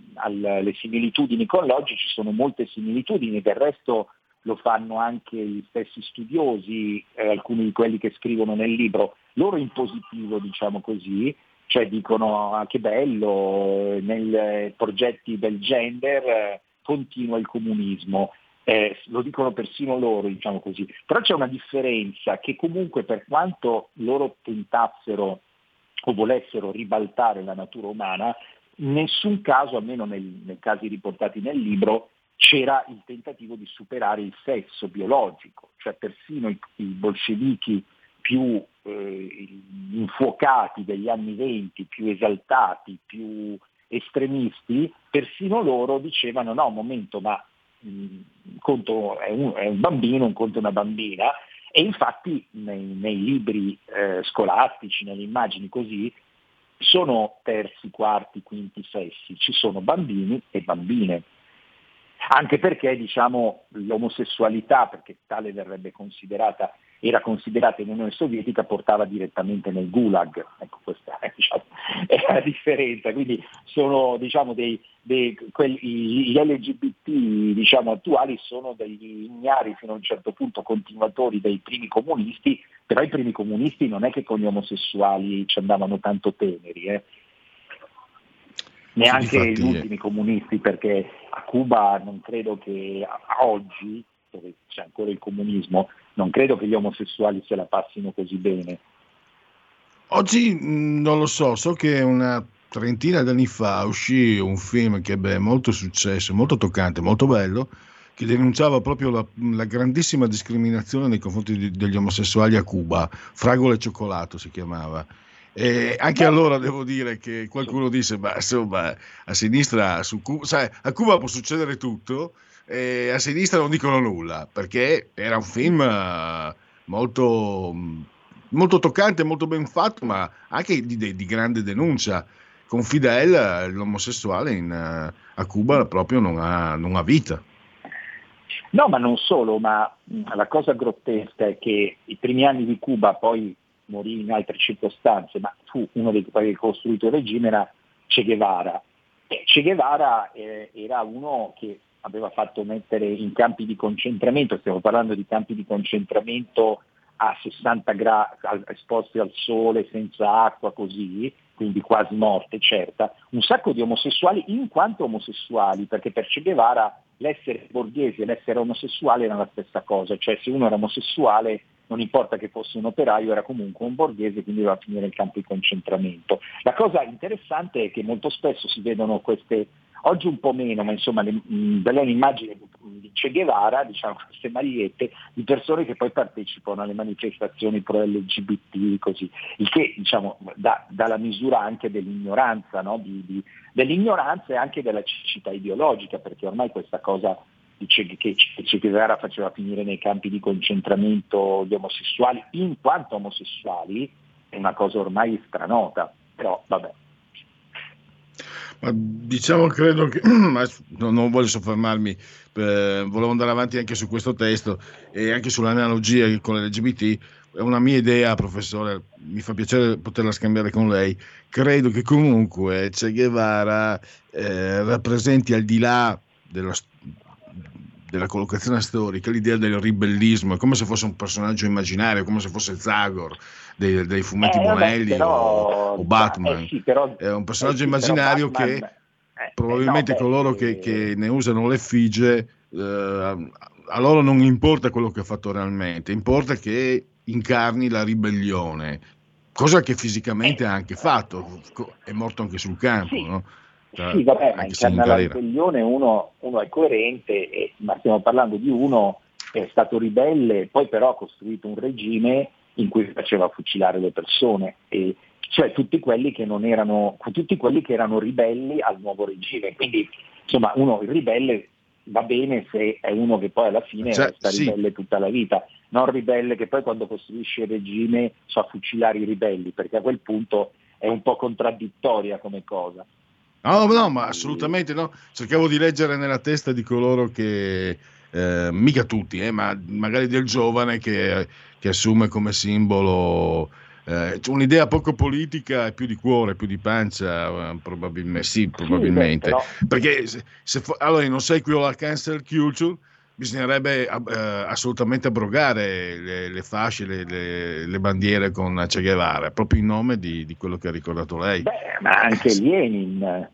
alle similitudini con l'oggi, ci sono molte similitudini, del resto lo fanno anche gli stessi studiosi, eh, alcuni di quelli che scrivono nel libro, loro in positivo, diciamo così, cioè dicono ah, che bello, nei progetti del gender eh, continua il comunismo, eh, lo dicono persino loro, diciamo così. Però c'è una differenza, che comunque per quanto loro tentassero o volessero ribaltare la natura umana, in nessun caso, almeno nel, nei casi riportati nel libro, c'era il tentativo di superare il sesso biologico, cioè persino i, i bolscevichi più eh, infuocati degli anni venti, più esaltati, più estremisti, persino loro dicevano no, un momento, ma mh, un conto è un, è un bambino, un conto è una bambina, e infatti nei, nei libri eh, scolastici, nelle immagini così, sono terzi, quarti, quinti, sessi, ci sono bambini e bambine. Anche perché, diciamo, l'omosessualità, perché tale verrebbe considerata, era considerata in Unione Sovietica, portava direttamente nel gulag. Ecco, questa è, diciamo, è la differenza. Quindi sono, diciamo, dei, dei quelli, gli L G B T, diciamo, attuali sono degli ignari fino a un certo punto continuatori dei primi comunisti, però i primi comunisti non è che con gli omosessuali ci andavano tanto teneri, eh. Neanche gli ultimi comunisti, perché a Cuba non credo che a oggi, dove c'è ancora il comunismo, non credo che gli omosessuali se la passino così bene. Oggi non lo so, so che una trentina d'anni fa uscì un film che ebbe molto successo, molto toccante, molto bello, che denunciava proprio la, la grandissima discriminazione nei confronti di, degli omosessuali a Cuba. Fragola e cioccolato si chiamava. E anche no. Allora devo dire che qualcuno disse, ma insomma, a sinistra, su Cuba, sai, a Cuba può succedere tutto, e a sinistra non dicono nulla, perché era un film eh, molto, molto toccante, molto ben fatto, ma anche di, di, di grande denuncia. Con Fidel l'omosessuale in, a Cuba proprio non ha, non ha vita. No, ma non solo, ma la cosa grottesca è che i primi anni di Cuba, poi morì in altre circostanze, ma fu uno dei che ha costruito il regime, era Che Guevara. E Che Guevara eh, era uno che aveva fatto mettere in campi di concentramento, stiamo parlando di campi di concentramento a sessanta gradi, esposti al sole, senza acqua, così, quindi quasi morte certa, un sacco di omosessuali in quanto omosessuali, perché per Che Guevara l'essere borghese e l'essere omosessuale era la stessa cosa, cioè se uno era omosessuale non importa che fosse un operaio, era comunque un borghese, quindi doveva finire il campo di concentramento. La cosa interessante è che molto spesso si vedono queste, oggi un po' meno, ma insomma le, mh, delle immagini di Che Guevara, diciamo queste magliette, di persone che poi partecipano alle manifestazioni pro L G B T, così, il che diciamo dà, dà la misura anche dell'ignoranza, no? di, di, dell'ignoranza e anche della cecità ideologica, perché ormai questa cosa dice che Che Guevara faceva finire nei campi di concentramento gli omosessuali in quanto omosessuali è una cosa ormai stranota, però vabbè. Ma diciamo, credo che no, non voglio soffermarmi, eh, volevo andare avanti anche su questo testo e anche sull'analogia con l'L G B T. È una mia idea, professore, mi fa piacere poterla scambiare con lei. Credo che comunque Che Guevara eh, rappresenti, al di là della della collocazione storica, l'idea del ribellismo, è come se fosse un personaggio immaginario, come se fosse Zagor dei, dei fumetti eh, Bonelli però, o, o Batman. Eh sì, però, è un personaggio eh sì, immaginario Batman, che eh, probabilmente eh no, coloro beh, che, che ne usano l'effigie, eh, a loro non importa quello che ha fatto realmente, importa che incarni la ribellione, cosa che fisicamente ha anche fatto, è morto anche sul campo, sì. no? Sì, vabbè, ma incarna la ribellione, uno, uno è coerente, e, ma stiamo parlando di uno che è stato ribelle, poi però ha costruito un regime in cui faceva fucilare le persone, e cioè tutti quelli che non erano, tutti quelli che erano ribelli al nuovo regime. Quindi insomma uno, il ribelle, va bene se è uno che poi alla fine cioè, resta sì. ribelle tutta la vita, non ribelle che poi quando costruisce il regime sa fucilare i ribelli, perché a quel punto è un po' contraddittoria come cosa. No, no, ma assolutamente no. Cercavo di leggere nella testa di coloro che, eh, mica tutti, eh, ma magari del giovane che, che assume come simbolo eh, un'idea poco politica e più di cuore, più di pancia, eh, probabilmente. Sì, probabilmente. Sì, beh, perché se, se fo- allora non sei qui alla cancel culture, bisognerebbe eh, assolutamente abrogare le, le fasce, le, le, le bandiere con Che Guevara, proprio in nome di, di quello che ha ricordato lei. Beh, ma anche Lenin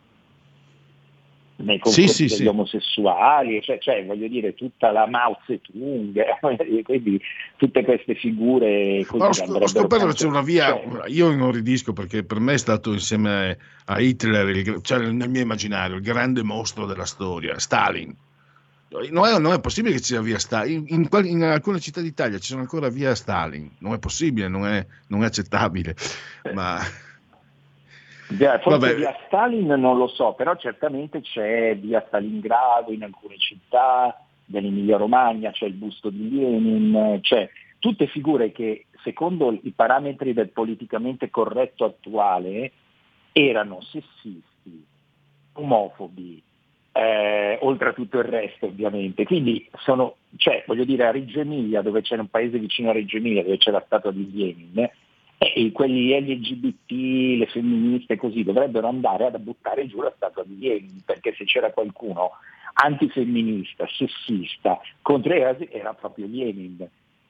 nei confronti sì, sì, degli sì. omosessuali, cioè, cioè voglio dire tutta la Mao Zedong, quindi tutte queste figure così. Ho, sc- ho scoperto che c'è una via, cioè, io inorridisco perché per me è stato insieme a Hitler, il, cioè nel mio immaginario, il grande mostro della storia, Stalin. Non è, non è possibile che ci sia via Stalin. In, in, in alcune città d'Italia ci sono ancora via Stalin. Non è possibile, non è, non è accettabile. Ma forse vabbè. via Stalin non lo so, però certamente c'è via Stalingrado in alcune città dell'Emilia Romagna, c'è il busto di Lenin, c'è tutte figure che secondo i parametri del politicamente corretto attuale erano sessisti, omofobi, Eh, oltre a tutto il resto ovviamente, quindi sono, cioè voglio dire, a Reggio Emilia, dove c'era un paese vicino a Reggio Emilia dove c'è la statua di Lenin, e quelli L G B T, le femministe così dovrebbero andare ad buttare giù la statua di Lenin, perché se c'era qualcuno antifemminista, sessista contro i era proprio Lenin.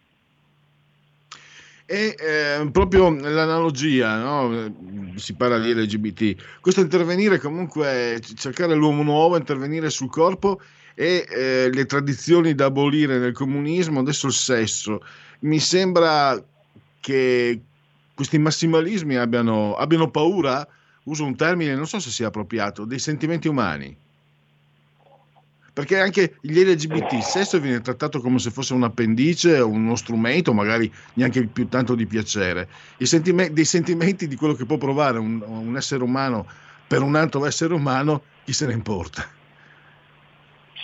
E eh, proprio l'analogia, no? Si parla di L G B T, questo intervenire comunque, cercare l'uomo nuovo, intervenire sul corpo e eh, le tradizioni da abolire nel comunismo, adesso il sesso, mi sembra che questi massimalismi abbiano, abbiano paura, uso un termine, non so se sia appropriato, dei sentimenti umani. Perché anche gli L G B T, il sesso viene trattato come se fosse un appendice, uno strumento, magari neanche più tanto di piacere. I sentime- dei sentimenti di quello che può provare un, un essere umano per un altro essere umano, chi se ne importa?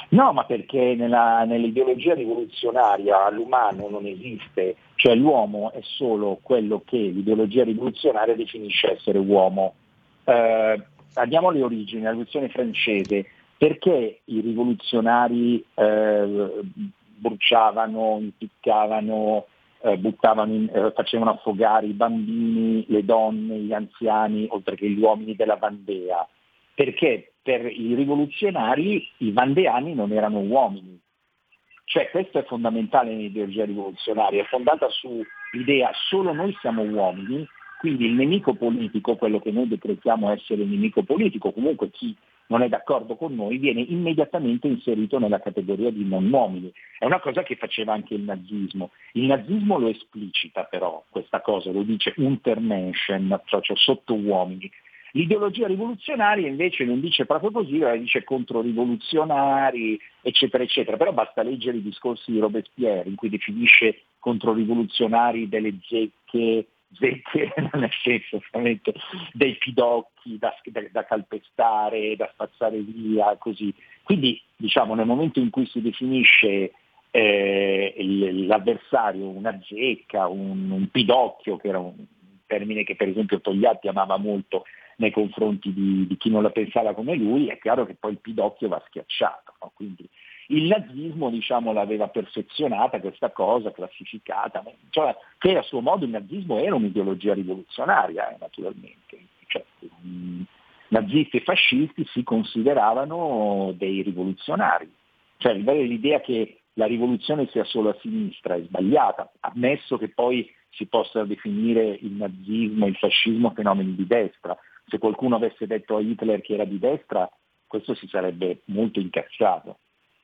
No, ma perché nella, nell'ideologia rivoluzionaria l'umano non esiste, cioè l'uomo è solo quello che l'ideologia rivoluzionaria definisce essere uomo. Eh, andiamo alle origini, la rivoluzione francese, perché i rivoluzionari eh, bruciavano, impiccavano, eh, buttavano in, eh, facevano affogare i bambini, le donne, gli anziani, oltre che gli uomini della Vandea? Perché per i rivoluzionari i vandeani non erano uomini. Cioè questo è fondamentale nell'ideologia rivoluzionaria, è fondata sull'idea solo noi siamo uomini, quindi il nemico politico, quello che noi decretiamo essere il nemico politico, comunque chi non è d'accordo con noi, viene immediatamente inserito nella categoria di non uomini. È una cosa che faceva anche il nazismo. Il nazismo lo esplicita però, questa cosa, lo dice Untermenschen, cioè sotto uomini. L'ideologia rivoluzionaria invece non dice proprio così, ma dice controrivoluzionari, eccetera, eccetera. Però basta leggere i discorsi di Robespierre, in cui definisce controrivoluzionari delle zecche, zecche nel senso ovviamente dei pidocchi da, da, da calpestare, da spazzare via, così. Quindi diciamo nel momento in cui si definisce eh, l'avversario una zecca, un, un pidocchio, che era un termine che per esempio Togliatti amava molto nei confronti di, di chi non la pensava come lui, è chiaro che poi il pidocchio va schiacciato, no? Quindi il nazismo diciamo l'aveva perfezionata questa cosa, classificata, cioè, che a suo modo il nazismo era un'ideologia rivoluzionaria eh, naturalmente, cioè, mh, nazisti e fascisti si consideravano dei rivoluzionari, cioè l'idea che la rivoluzione sia solo a sinistra è sbagliata, ammesso che poi si possa definire il nazismo e il fascismo fenomeni di destra. Se qualcuno avesse detto a Hitler che era di destra, questo si sarebbe molto incazzato.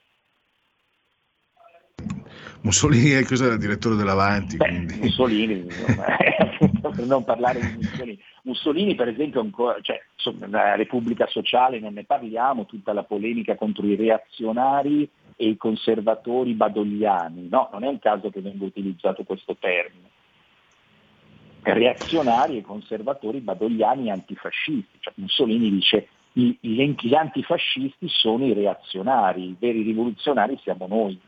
Mussolini è cosa era direttore dell'Avanti. Beh, quindi. Mussolini, per non parlare di Mussolini. Mussolini per esempio, ancora, cioè, la Repubblica Sociale non ne parliamo, tutta la polemica contro i reazionari e i conservatori badogliani. No, non è un caso che venga utilizzato questo termine. Reazionari e conservatori badogliani e antifascisti. Cioè, Mussolini dice gli, gli antifascisti sono i reazionari, i veri rivoluzionari siamo noi.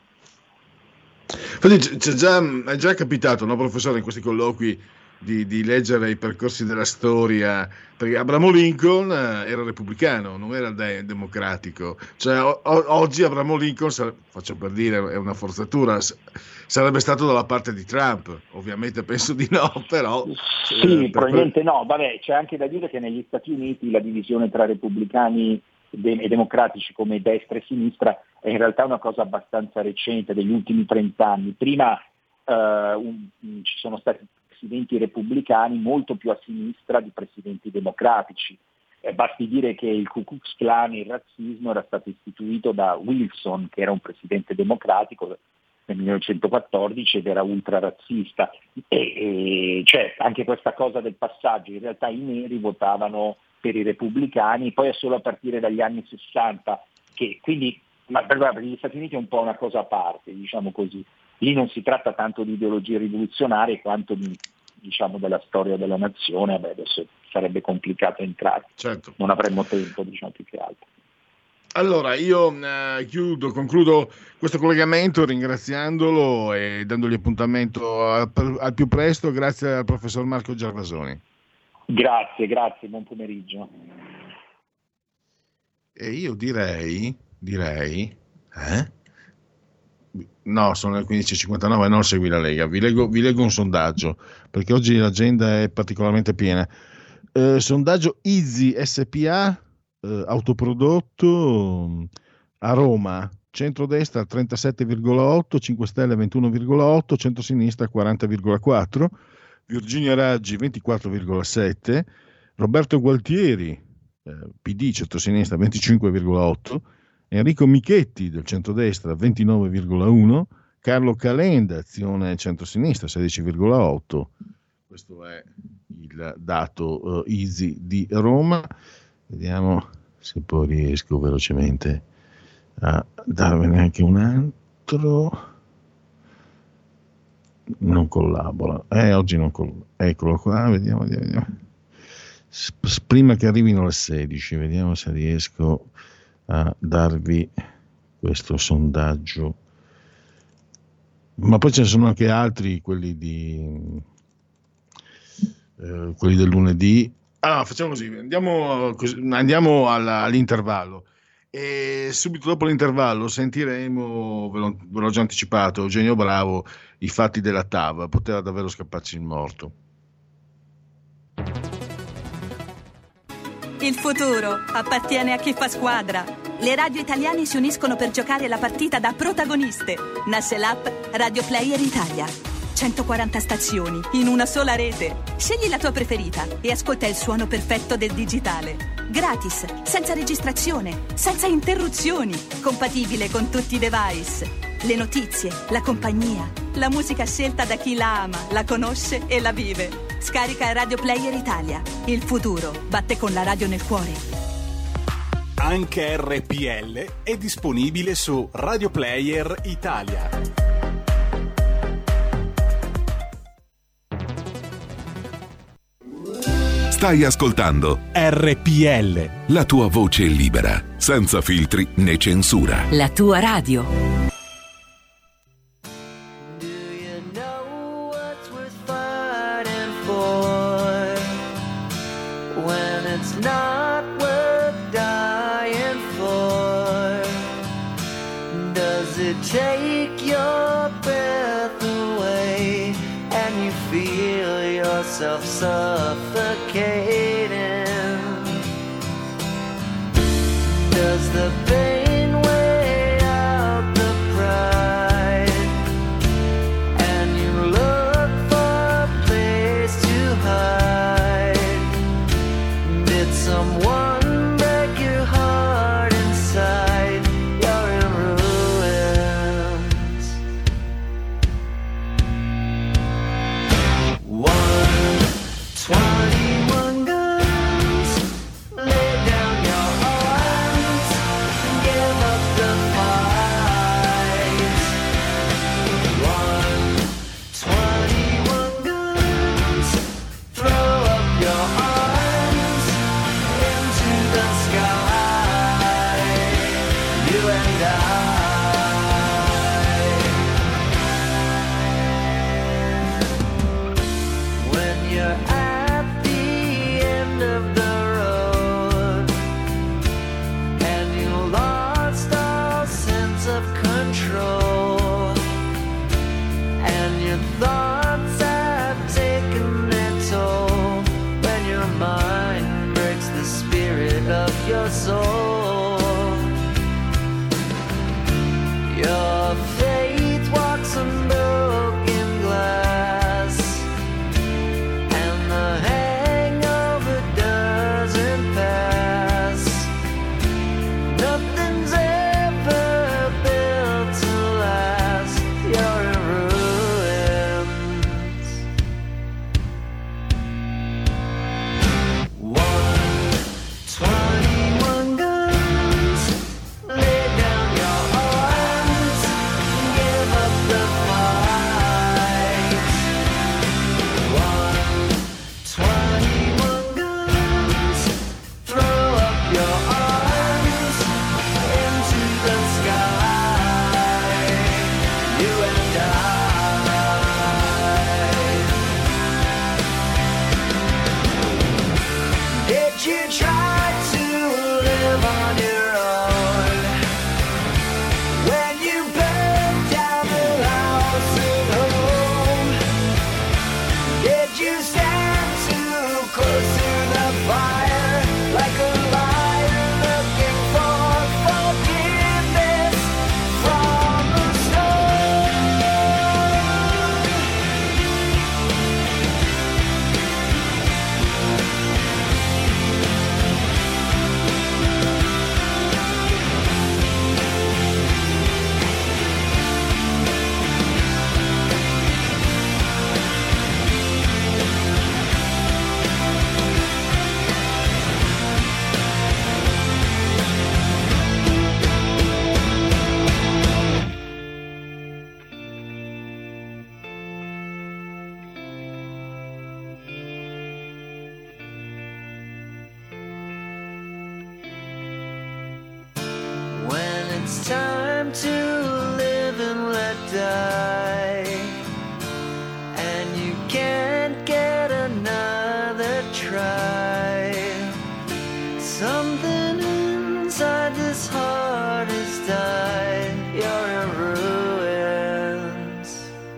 C'è già, è già capitato, no, professore, in questi colloqui di, di leggere i percorsi della storia, perché Abramo Lincoln era repubblicano, non era de- democratico, cioè o- oggi Abramo Lincoln, faccio per dire, è una forzatura, sarebbe stato dalla parte di Trump, ovviamente penso di no, però sì, eh, probabilmente per... no, vabbè, c'è anche da dire che negli Stati Uniti la divisione tra repubblicani e democratici come destra e sinistra è in realtà una cosa abbastanza recente, degli ultimi trent'anni. Prima eh, un, ci sono stati presidenti repubblicani molto più a sinistra di presidenti democratici. Eh, basti dire che il Ku Klux Klan e il razzismo era stato istituito da Wilson, che era un presidente democratico nel millenovecentoquattordici ed era ultra razzista. E, e, cioè, anche questa cosa del passaggio, in realtà i neri votavano per i repubblicani, poi è solo a partire dagli anni sessanta che quindi, ma per, per gli Stati Uniti è un po' una cosa a parte, diciamo così. Lì non si tratta tanto di ideologie rivoluzionarie quanto di, diciamo, della storia della nazione. Vabbè, adesso sarebbe complicato entrare, certo. Non avremmo tempo, diciamo, più che altro. Allora, io eh, chiudo, concludo questo collegamento ringraziandolo e dandogli appuntamento a, al più presto, grazie al professor Marco Gervasoni. Grazie, grazie, buon pomeriggio. E io direi, direi, eh? No, sono le quindici e cinquantanove, non segui la Lega, vi leggo, vi leggo un sondaggio, perché oggi l'agenda è particolarmente piena. Eh, sondaggio Easy S P A, eh, autoprodotto a Roma, centrodestra trentasette virgola otto, cinque Stelle ventuno virgola otto, centrosinistra quaranta virgola quattro, Virginia Raggi ventiquattro virgola sette, Roberto Gualtieri, eh, P D centrosinistra venticinque virgola otto, Enrico Michetti del centrodestra ventinove virgola uno, Carlo Calenda azione centrosinistra sedici virgola otto. Questo è il dato uh, Easy di Roma. Vediamo se poi riesco velocemente a darvene anche un altro. Non collabora, eh, oggi non collabora. Eccolo qua, vediamo, vediamo, vediamo. S- prima che arrivino le sedici, vediamo se riesco a darvi questo sondaggio. Ma poi ce ne sono anche altri, quelli di eh, quelli del lunedì. Allora, facciamo così, andiamo, andiamo alla, all'intervallo e subito dopo l'intervallo sentiremo, ve l'ho, ve l'ho già anticipato, Eugenio Bravo, I fatti della T A V, poteva davvero scapparci il morto. Il futuro appartiene a chi fa squadra. Le radio italiane si uniscono per giocare la partita da protagoniste. Nasce l'app Radio Player Italia. centoquaranta stazioni in una sola rete. Scegli la tua preferita e ascolta il suono perfetto del digitale. Gratis, senza registrazione, senza interruzioni. Compatibile con tutti i device. Le notizie, la compagnia, la musica scelta da chi la ama, la conosce e la vive. Scarica Radio Player Italia. Il futuro batte con la radio nel cuore. Anche R P L è disponibile su Radio Player Italia. Stai ascoltando R P L, la tua voce libera, senza filtri né censura. La tua radio. Take your breath away and you feel yourself suffocating. Does the pain weigh out the pride and you look for a place to hide? Did someone break your heart inside? You're in ruins. One, twenty-one guns, lay down your arms, give up the fight. One, twenty-one guns, throw up your arms into the sky. You and I. When you're at the end of the road and you lost all sense of control and your thoughts have taken their toll, when your mind breaks the spirit of your soul, your faith walks on broken glass and the hangover doesn't pass. Nothing's ever built to last. You're in ruins. One, twenty-one guns, lay down your arms, give up the fight. One, twenty-one guns, throw up your arms into the sky. You and I. Did you try to live on your own when you burned down the house at home? Did you stand too close to the fire like a liar looking for forgiveness from the storm? When it's time learn to live and let die, and you can't get another try. Something inside this heart has died. You're in ruins.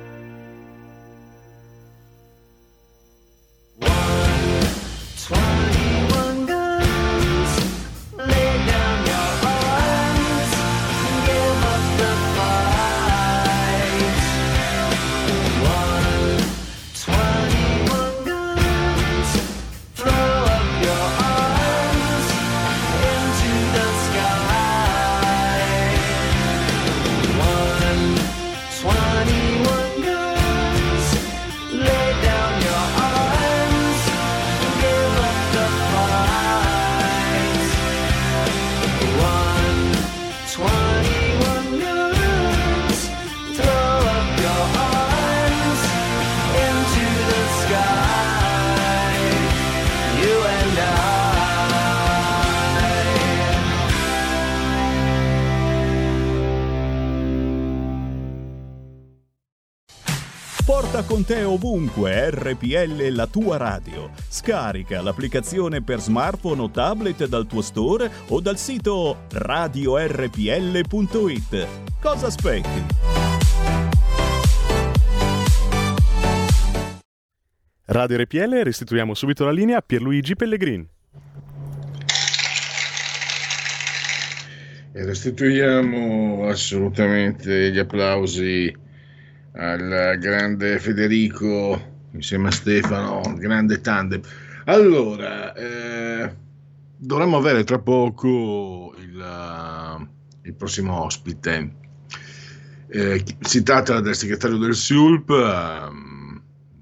One, twenty-one guns. Lay down your arms and give up the fight. One, twenty-one guns. Throw up your arms into the sky. One, twenty-one guns. Lay down your arms and give up the fight. One, twenty-one guns. Throw up your arms into the sky. You and I. Porta con te ovunque R P L, la tua radio. Scarica l'applicazione per smartphone o tablet dal tuo store o dal sito radio R P L punto it. Cosa aspetti? Radio R P L, restituiamo subito la linea a Pierluigi Pellegrin. E restituiamo assolutamente gli applausi al grande Federico insieme a Stefano, grande tandem. Allora, eh, dovremmo avere tra poco il, uh, il prossimo ospite. Eh, si tratta del segretario del S U L P, um,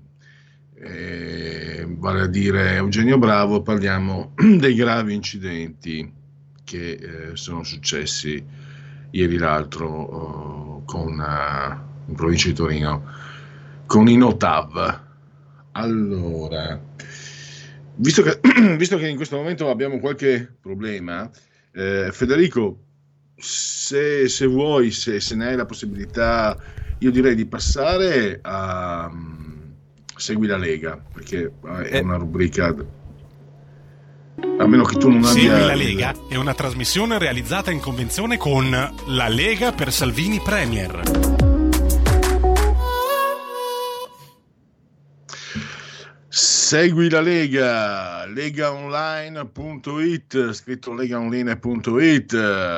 eh, vale a dire Eugenio Bravo. Parliamo dei gravi incidenti che eh, sono successi ieri l'altro uh, con... Uh, in provincia di Torino con i Notav. Allora, visto che, visto che in questo momento abbiamo qualche problema, eh, Federico, se, se vuoi, se, se ne hai la possibilità, io direi di passare a um, Segui la Lega, perché è una rubrica, a meno che tu non abbia... Segui la Lega è una trasmissione realizzata in convenzione con la Lega per Salvini Premier. Segui la Lega, legaonline punto it, scritto legaonline punto it,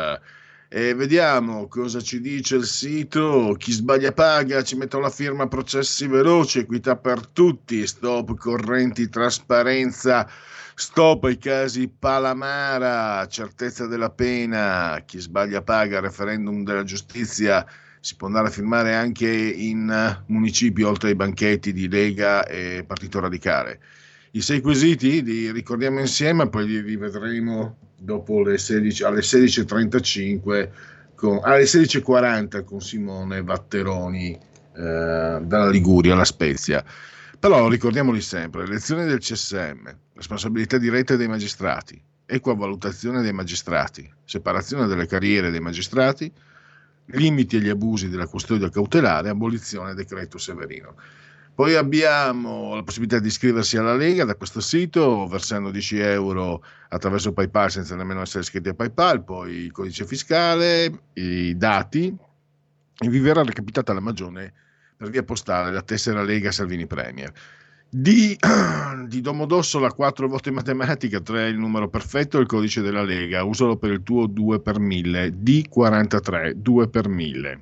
e vediamo cosa ci dice il sito. Chi sbaglia paga, ci metto la firma, processi veloci, equità per tutti, stop correnti, trasparenza, stop ai casi Palamara, certezza della pena, chi sbaglia paga, referendum della giustizia. Si può andare a firmare anche in municipi, oltre ai banchetti di Lega e Partito Radicale. I sei quesiti li ricordiamo insieme, poi li rivedremo dopo le sedici, alle sedici e trentacinque, con, alle sedici e quaranta con Simone Vatteroni eh, dalla Liguria, La Spezia. Però ricordiamoli sempre: elezione del C S M, responsabilità diretta dei magistrati, equa valutazione dei magistrati, separazione delle carriere dei magistrati, limiti agli abusi della custodia cautelare, abolizione del decreto Severino. Poi abbiamo la possibilità di iscriversi alla Lega da questo sito, versando dieci euro attraverso PayPal senza nemmeno essere iscritti a PayPal, poi il codice fiscale, i dati, e vi verrà recapitata la magione per via postale la tessera Lega Salvini Premier. Di, di Domodossola quattro volte matematica, tre il numero perfetto, il codice della Lega, usalo per il tuo due per mille, D quarantatré, due per mille.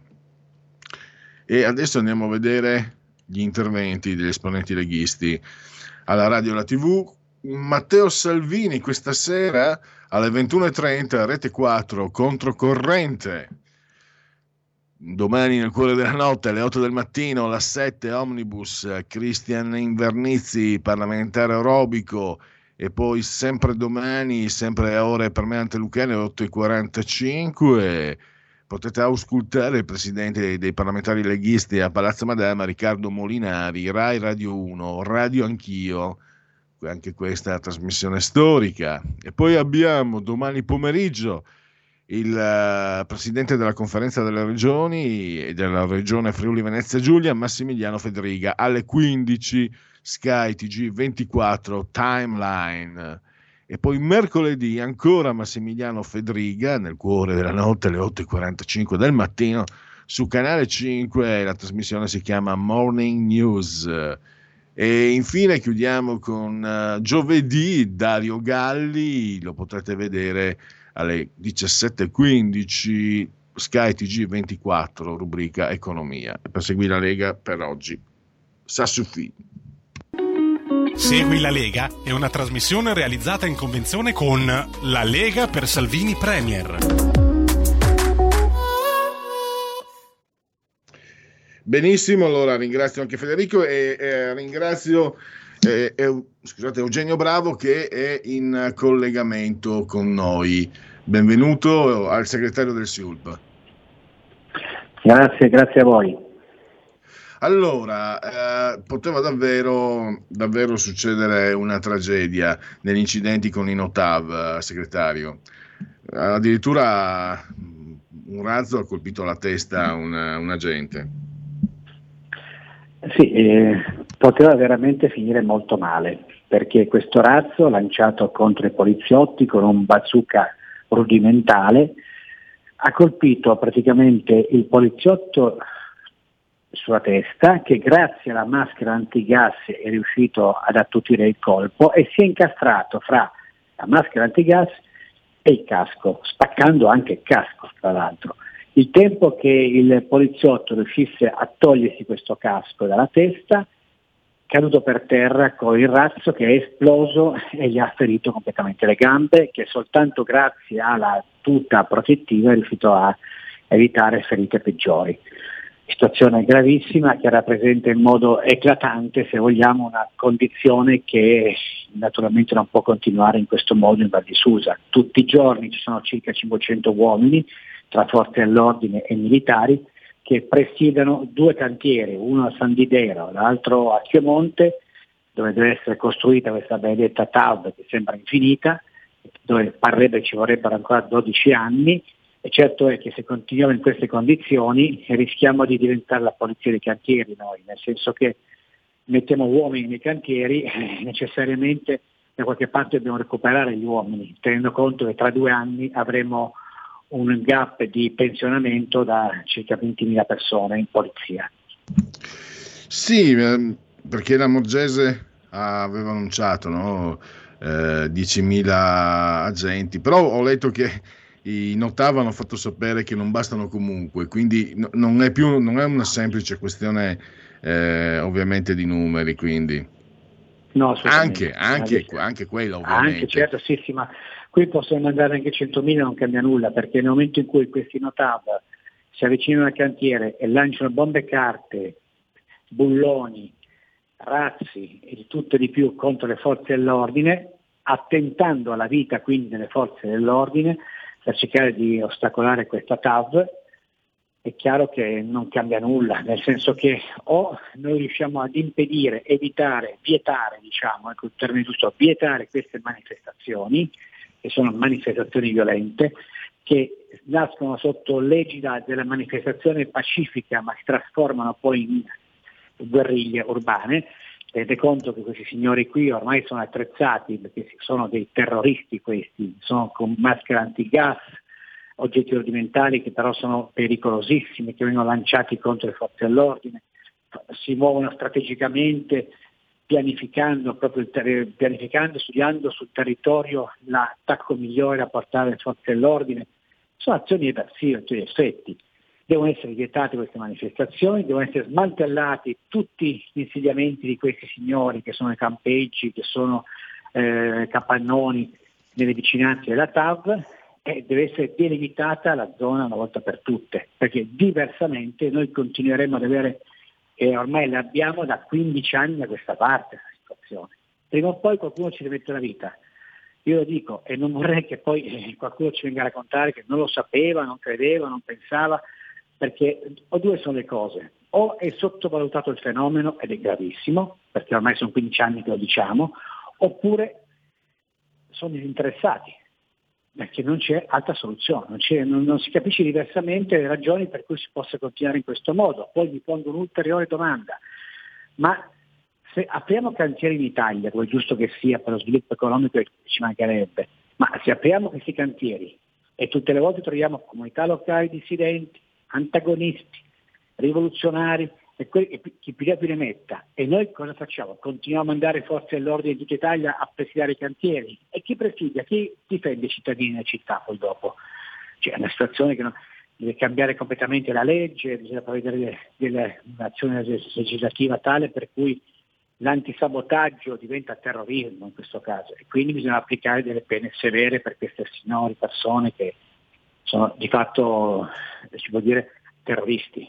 E adesso andiamo a vedere gli interventi degli esponenti leghisti alla radio e alla tivù. Matteo Salvini questa sera alle ventuno e trenta, Rete quattro, Controcorrente. Domani nel cuore della notte alle otto del mattino, la sette Omnibus, Cristian Invernizzi, parlamentare aerobico, e poi sempre domani, sempre a ore per me Antelucane, otto e quarantacinque, potete auscultare il presidente dei, dei parlamentari leghisti a Palazzo Madama, Riccardo Molinari, Rai Radio uno, Radio Anch'io, anche questa trasmissione storica. E poi abbiamo domani pomeriggio il uh, presidente della conferenza delle regioni e della regione Friuli Venezia Giulia, Massimiliano Fedriga, alle quindici Sky T G ventiquattro Timeline. E poi mercoledì ancora Massimiliano Fedriga, nel cuore della notte, alle otto e quarantacinque del mattino, su Canale cinque. La trasmissione si chiama Morning News. E infine chiudiamo con uh, giovedì Dario Galli, lo potrete vedere alle diciassette e quindici Sky T G ventiquattro, rubrica Economia. E per seguire la Lega per oggi ça suffit. Segui la Lega è una trasmissione realizzata in convenzione con La Lega per Salvini Premier. Benissimo, allora ringrazio anche Federico e eh, ringrazio eh, eh, scusate, Eugenio Bravo, che è in collegamento con noi. Benvenuto al segretario del S I U L P. Grazie, grazie a voi. Allora, eh, poteva davvero, davvero succedere una tragedia negli incidenti con i Notav, segretario. Addirittura un razzo ha colpito alla testa una, un agente. Sì, eh, poteva veramente finire molto male, perché questo razzo lanciato contro i poliziotti con un bazooka rudimentale ha colpito praticamente il poliziotto sulla testa, che grazie alla maschera antigas è riuscito ad attutire il colpo e si è incastrato fra la maschera antigas e il casco, spaccando anche il casco tra l'altro. Il tempo che il poliziotto riuscisse a togliersi questo casco dalla testa, caduto per terra con il razzo che è esploso e gli ha ferito completamente le gambe, che soltanto grazie alla tuta protettiva è riuscito a evitare ferite peggiori. Situazione gravissima che rappresenta in modo eclatante, se vogliamo, una condizione che naturalmente non può continuare in questo modo in Val di Susa. Tutti i giorni ci sono circa cinquecento uomini tra forze dell'ordine e militari che presidiano due cantieri, uno a San Didero, l'altro a Chiomonte, dove deve essere costruita questa benedetta T A V che sembra infinita, dove parrebbe ci vorrebbero ancora dodici anni. E certo è che se continuiamo in queste condizioni rischiamo di diventare la polizia dei cantieri noi, nel senso che mettiamo uomini nei cantieri, eh, necessariamente da qualche parte dobbiamo recuperare gli uomini, tenendo conto che tra due anni avremo un gap di pensionamento da circa ventimila persone in polizia. Sì, perché la Morgese aveva annunciato, no? eh, diecimila agenti, però ho letto che i Notav hanno fatto sapere che non bastano comunque, quindi no, non è più non è una semplice questione eh, ovviamente di numeri, quindi no, anche, anche, anche quello ovviamente. Anche, certo, sì, sì, ma qui possono mandare anche centomila, non cambia nulla, perché nel momento in cui questi Notav si avvicinano al cantiere e lanciano bombe carte, bulloni, razzi e di tutto e di più contro le forze dell'ordine, attentando alla vita quindi delle forze dell'ordine, per cercare di ostacolare questa T A V, è chiaro che non cambia nulla, nel senso che o noi riusciamo ad impedire, evitare, vietare, diciamo, ecco il termine giusto, vietare queste manifestazioni, che sono manifestazioni violente, che nascono sotto l'egida della manifestazione pacifica, ma si trasformano poi in guerriglie urbane. Tenete conto che questi signori qui ormai sono attrezzati, perché sono dei terroristi questi, sono con maschere antigas, oggetti rudimentali che però sono pericolosissimi, che vengono lanciati contro le forze dell'ordine, si muovono strategicamente, pianificando, proprio il ter- pianificando, studiando sul territorio l'attacco migliore da portare alle forze dell'ordine. Sono azioni eversive, azioni effetti. Devono essere vietate queste manifestazioni, devono essere smantellati tutti gli insediamenti di questi signori che sono i campeggi, che sono eh, capannoni nelle vicinanze della T A V, e deve essere delimitata la zona una volta per tutte, perché diversamente noi continueremo ad avere, e ormai l'abbiamo da quindici anni a questa parte, questa situazione. Prima o poi qualcuno ci deve mettere la vita. Io lo dico e non vorrei che poi qualcuno ci venga a raccontare che non lo sapeva, non credeva, non pensava, perché o due sono le cose: o è sottovalutato il fenomeno ed è gravissimo, perché ormai sono quindici anni che lo diciamo, oppure sono disinteressati. perché non c'è altra soluzione, non, c'è, non, non si capisce diversamente le ragioni per cui si possa continuare in questo modo. Poi vi pongo un'ulteriore domanda, ma se apriamo cantieri in Italia, come è giusto che sia per lo sviluppo economico, ci mancherebbe, ma se apriamo questi cantieri e tutte le volte troviamo comunità locali dissidenti, antagonisti, rivoluzionari, e quelli, e chi più più ne metta, e noi cosa facciamo? Continuiamo a mandare forze dell'ordine in tutta Italia a presidiare i cantieri, e chi presidia, chi difende i cittadini nella città poi dopo? Cioè è una situazione che non, deve cambiare completamente la legge, bisogna prevedere un'azione legislativa tale per cui l'antisabotaggio diventa terrorismo in questo caso, e quindi bisogna applicare delle pene severe per queste signore persone che sono di fatto, si può dire, terroristi.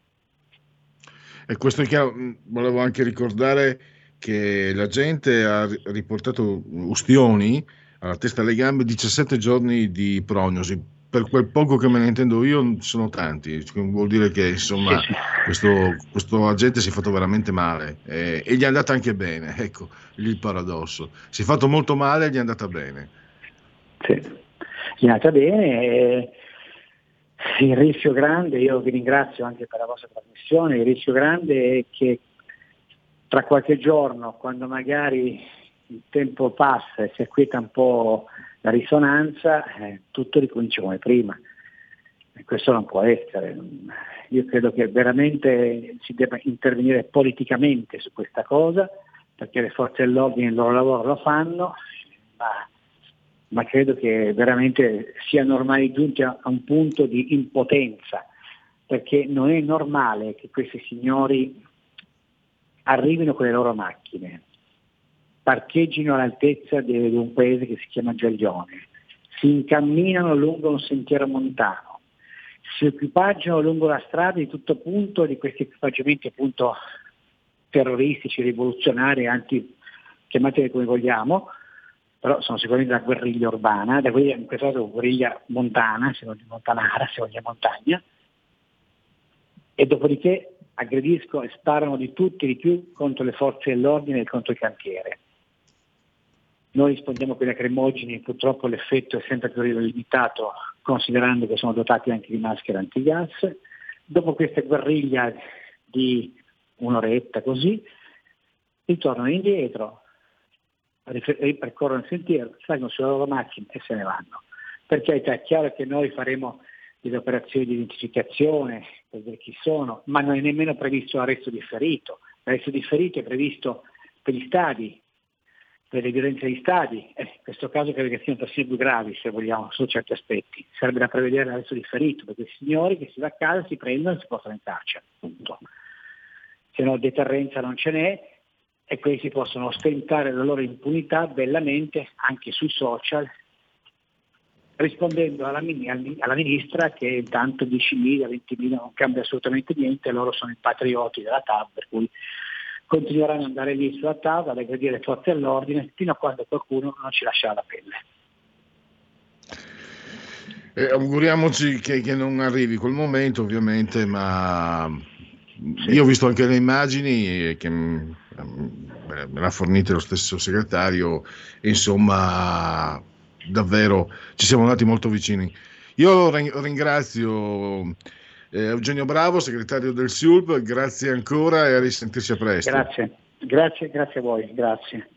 E questo è chiaro. Volevo anche ricordare che la gente ha riportato ustioni alla testa e alle gambe, diciassette giorni di prognosi. Per quel poco che me ne intendo io sono tanti, vuol dire che insomma questo, questo agente si è fatto veramente male e, e gli è andata anche bene, ecco il paradosso, si è fatto molto male e gli è andata bene. Sì, gli è andata bene e il rischio grande, io vi ringrazio anche per la vostra trasmissione, il rischio grande è che tra qualche giorno, quando magari il tempo passa e si acquieta un po' la risonanza, eh, tutto ricomincia come prima. E questo non può essere. Io credo che veramente si debba intervenire politicamente su questa cosa, perché le forze dell'ordine il loro lavoro lo fanno, ma, ma credo che veramente siano ormai giunti a, a un punto di impotenza, perché non è normale che questi signori arrivino con le loro macchine, parcheggino all'altezza di un paese che si chiama Giaglione, si incamminano lungo un sentiero montano, si equipaggiano lungo la strada di tutto punto di questi equipaggiamenti appunto terroristici, rivoluzionari, anti, chiamateli come vogliamo, però sono sicuramente la guerriglia urbana, da quella, in questo caso guerriglia montana, se non montanara, se vogliamo montagna, e dopodiché aggrediscono e sparano di tutti e di più contro le forze dell'ordine e contro il cantiere. Noi rispondiamo con i lacrimogeni, purtroppo l'effetto è sempre più limitato, considerando che sono dotati anche di maschere antigas. Dopo questa guerriglia di un'oretta così, ritornano indietro, ripercorrono il sentiero, salgono sulla loro macchina e se ne vanno. Perché è chiaro che noi faremo delle operazioni di identificazione per vedere chi sono, ma non è nemmeno previsto l'arresto differito. L'arresto differito è previsto per gli stadi, per le violenze agli stadi, eh, in questo caso credo che siano persino più gravi, se vogliamo, su certi aspetti. Sarebbe da prevedere l'arresto differito per questi signori che si va a casa, si prendono e si portano in carcere, punto. Se no deterrenza non ce n'è e questi possono ostentare la loro impunità bellamente anche sui social, rispondendo alla, alla ministra che intanto diecimila, ventimila non cambia assolutamente niente, loro sono i patrioti della T A V, per cui continueranno ad andare lì sulla tavola ad aggredire le forze dell'ordine fino a quando qualcuno non ci lascia la pelle. Eh, auguriamoci che, che non arrivi quel momento, ovviamente, ma sì. Io ho visto anche le immagini che me le ha fornite lo stesso segretario, e insomma davvero ci siamo andati molto vicini. Io ringrazio Eh, Eugenio Bravo, segretario del S U L P, grazie ancora e a risentirci a presto. Grazie, grazie, grazie a voi, grazie.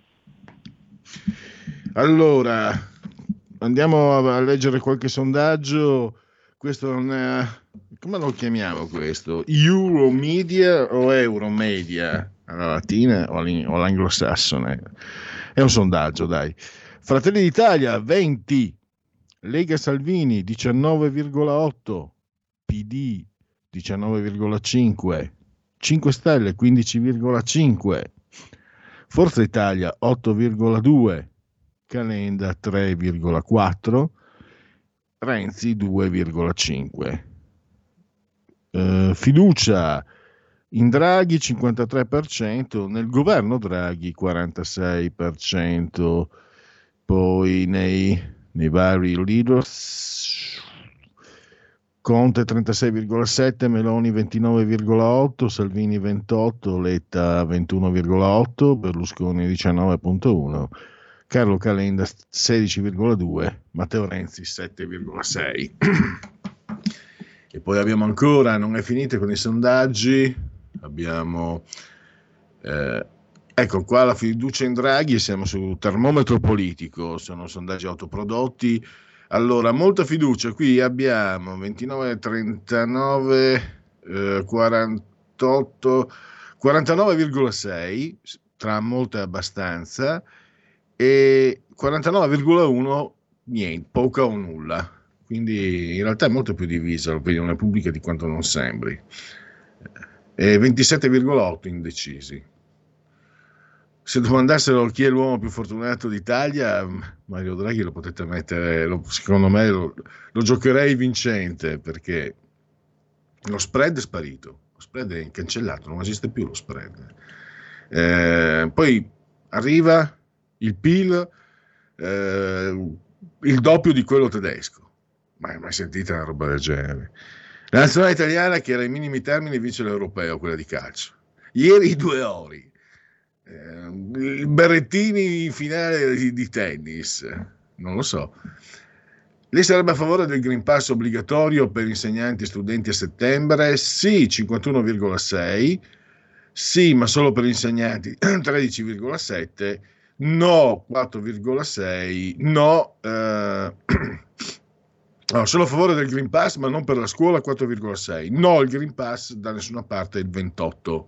Allora, andiamo a, a leggere qualche sondaggio. Questo non è, come lo chiamiamo questo? Euromedia o Euromedia? Alla latina o all'anglosassone? È un sondaggio, dai. Fratelli d'Italia venti, Lega Salvini diciannove virgola otto, P D diciannove virgola cinque, cinque Stelle quindici virgola cinque, Forza Italia otto virgola due, Calenda tre virgola quattro, Renzi due virgola cinque. Uh, fiducia in Draghi cinquantatré per cento, nel governo Draghi quarantasei per cento, poi nei, nei vari leaders Conte trentasei virgola sette, Meloni ventinove virgola otto, Salvini ventotto, Letta ventuno virgola otto, Berlusconi diciannove virgola uno, Carlo Calenda sedici virgola due, Matteo Renzi sette virgola sei. E poi abbiamo ancora, non è finita con i sondaggi, abbiamo eh, ecco qua la fiducia in Draghi, siamo su termometro politico, sono sondaggi autoprodotti. Allora, molta fiducia, qui abbiamo ventinove, trentanove, eh, quarantotto, quarantanove virgola sei, tra molta e abbastanza, e quarantanove virgola uno niente, poca o nulla. Quindi in realtà è molto più divisa l'opinione pubblica di quanto non sembri. E ventisette virgola otto indecisi. Se domandassero chi è l'uomo più fortunato d'Italia, Mario Draghi lo potete mettere, lo, secondo me lo, lo giocherei vincente, perché lo spread è sparito, lo spread è cancellato, non esiste più lo spread. Eh, poi arriva il P I L, eh, il doppio di quello tedesco. Ma mai sentita una roba del genere? La nazionale italiana, che era ai minimi termini, vince l'europeo, quella di calcio. Ieri i due ori, eh, il Berrettini in finale di, di tennis, non lo so. Lei sarebbe a favore del Green Pass obbligatorio per insegnanti e studenti a settembre? Sì, cinquantuno virgola sei. Sì, ma solo per insegnanti, tredici virgola sette. No, quattro virgola sei. No, eh, no, sono a favore del Green Pass, ma non per la scuola, quattro virgola sei. No, il Green Pass da nessuna parte, il ventotto.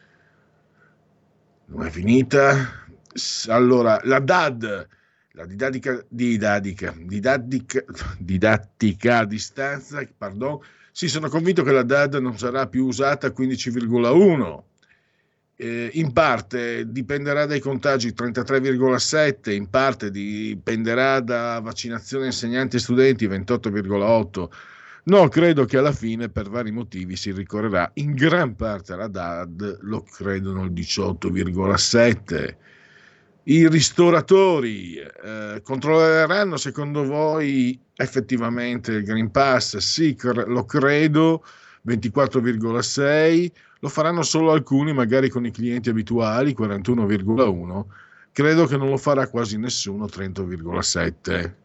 Non è finita. Allora, la D A D, la didattica, didattica, didattica, didattica a distanza, pardon, sì, sono convinto che la D A D non sarà più usata, quindici virgola uno. Eh, in parte dipenderà dai contagi, trentatré virgola sette, in parte dipenderà da vaccinazione insegnanti e studenti, ventotto virgola otto. No, credo che alla fine per vari motivi si ricorrerà in gran parte alla D A D, lo credono il diciotto virgola sette. I ristoratori eh, controlleranno secondo voi effettivamente il Green Pass? Sì, lo credo, ventiquattro virgola sei. Lo faranno solo alcuni, magari con i clienti abituali, quarantuno virgola uno. Credo che non lo farà quasi nessuno, trenta virgola sette.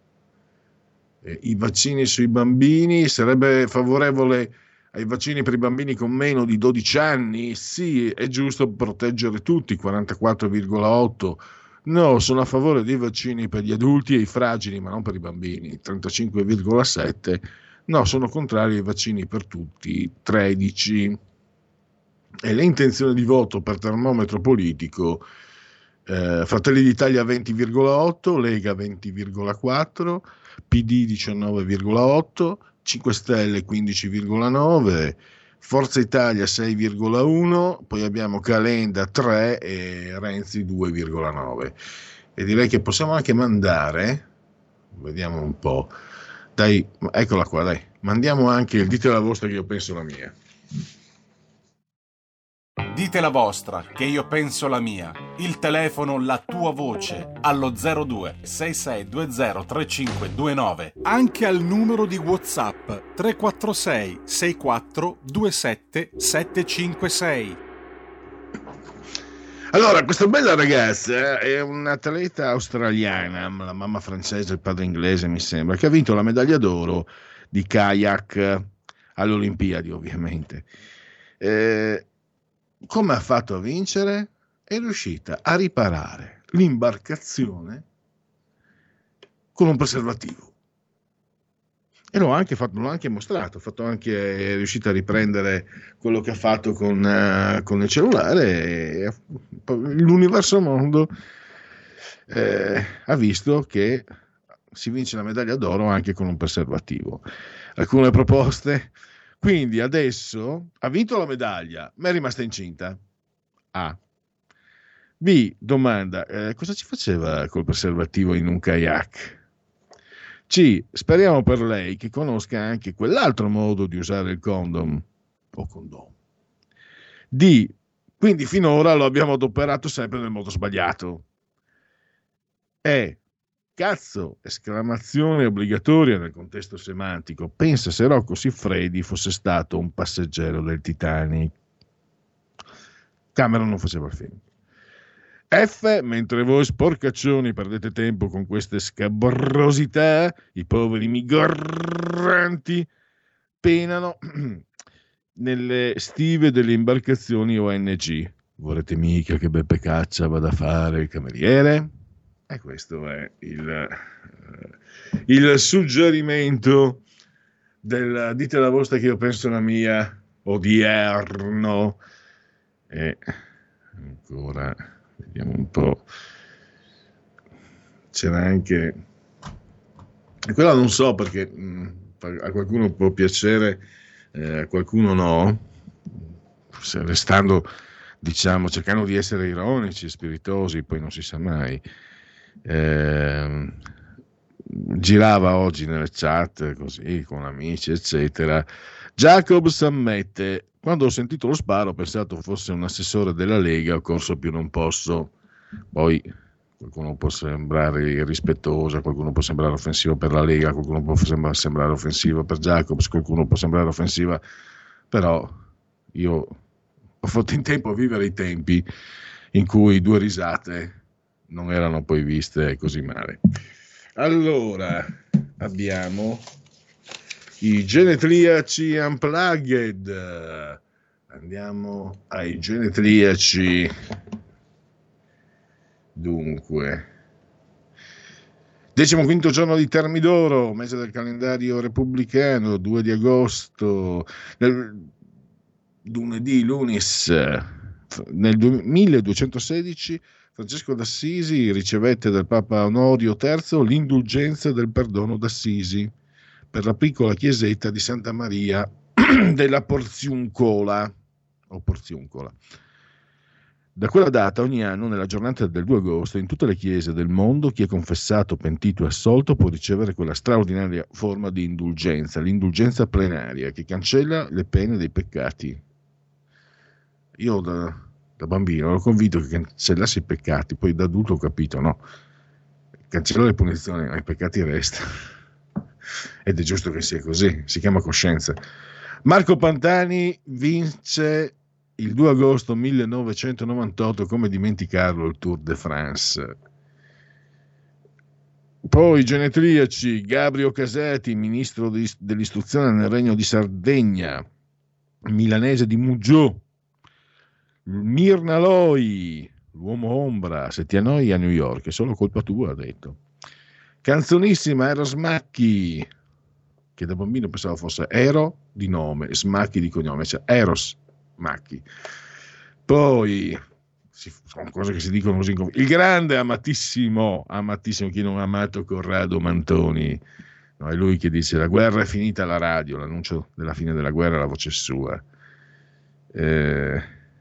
Eh, I vaccini sui bambini, sarebbe favorevole ai vaccini per i bambini con meno di dodici anni? Sì, è giusto proteggere tutti, quarantaquattro virgola otto. No, sono a favore dei vaccini per gli adulti e i fragili, ma non per i bambini, trentacinque virgola sette. No, sono contrari ai vaccini per tutti, tredici. E le intenzioni di voto per termometro politico, eh, Fratelli d'Italia venti virgola otto, Lega venti virgola quattro, P D diciannove virgola otto, cinque Stelle quindici virgola nove, Forza Italia sei virgola uno, poi abbiamo Calenda tre e Renzi due virgola nove. E direi che possiamo anche mandare, vediamo un po', dai, eccola qua, dai, mandiamo anche il dite la vostra che io penso la mia. Dite la vostra, che io penso la mia. Il telefono, la tua voce, allo zero due sei sei due zero tre cinque due nove. Anche al numero di WhatsApp tre quattro sei sei quattro due sette sette cinque sei. Allora, questa bella ragazza è un'atleta australiana, la mamma francese, il padre inglese mi sembra, che ha vinto la medaglia d'oro di kayak alle Olimpiadi, ovviamente. Eh, come ha fatto a vincere? È riuscita a riparare l'imbarcazione con un preservativo. E l'ho anche fatto, l'ho anche mostrato, ho fatto anche, è riuscita a riprendere quello che ha fatto con, uh, con il cellulare, e l'universo mondo eh, ha visto che si vince la medaglia d'oro anche con un preservativo. Alcune proposte. Quindi adesso ha vinto la medaglia, ma è rimasta incinta. A. B. Domanda, eh, cosa ci faceva col preservativo in un kayak? C. Speriamo per lei che conosca anche quell'altro modo di usare il condom o condom. D. Quindi finora lo abbiamo adoperato sempre nel modo sbagliato. E. Cazzo, esclamazione obbligatoria nel contesto semantico. Pensa se Rocco Siffredi fosse stato un passeggero del Titanic. Cameron non faceva il film. F, mentre voi sporcaccioni perdete tempo con queste scabrosità, i poveri migranti penano nelle stive delle imbarcazioni O N G. Vorrete mica che Beppe Caccia vada a fare il cameriere? E questo è il, uh, il suggerimento del dite la vostra che io penso la mia odierno. E ancora vediamo un po', c'era anche, e quella non so perché mh, a qualcuno può piacere, eh, a qualcuno no, se restando, diciamo, cercando di essere ironici, spiritosi, poi non si sa mai. Eh, girava oggi nelle chat così con amici eccetera, Jacobs ammette: quando ho sentito lo sparo ho pensato fosse un assessore della Lega, ho corso più non posso. Poi qualcuno può sembrare irrispettoso, qualcuno può sembrare offensivo per la Lega, qualcuno può sembrare offensivo per Jacobs, qualcuno può sembrare offensiva, però io ho fatto in tempo a vivere i tempi in cui due risate non erano poi viste così male. Allora, abbiamo i genetriaci unplugged. Andiamo ai genetriaci. Dunque, decimo quinto giorno di Termidoro, mese del calendario repubblicano, due di agosto, nel, lunedì, lunis, nel milleduecentosedici Francesco d'Assisi ricevette dal Papa Onorio terzo l'indulgenza del perdono d'Assisi per la piccola chiesetta di Santa Maria della Porziuncola, o Porziuncola. Da quella data ogni anno, nella giornata del due agosto, in tutte le chiese del mondo, chi è confessato, pentito e assolto può ricevere quella straordinaria forma di indulgenza, l'indulgenza plenaria, che cancella le pene dei peccati. Io da, da bambino ero convinto che cancellasse i peccati, poi da adulto ho capito, no, cancella le punizioni, ma i peccati restano. Ed è giusto che sia così, si chiama coscienza. Marco Pantani vince il due agosto millenovecentonovantotto, come dimenticarlo, il Tour de France. Poi genetriaci, Gabrio Casati, ministro di, dell'istruzione nel Regno di Sardegna, milanese di Muggio. Mirna Loi, l'uomo ombra, se ti annoi a New York è solo colpa tua, ha detto. Canzonissima Eros Macchi, che da bambino pensavo fosse Ero di nome, Smacchi di cognome, cioè Eros Macchi. Poi si, sono cose che si dicono così. Il grande, amatissimo, amatissimo, chi non ha amato Corrado Mantoni, no, è lui che dice: la guerra è finita alla radio, l'annuncio della fine della guerra, la voce sua. Eh...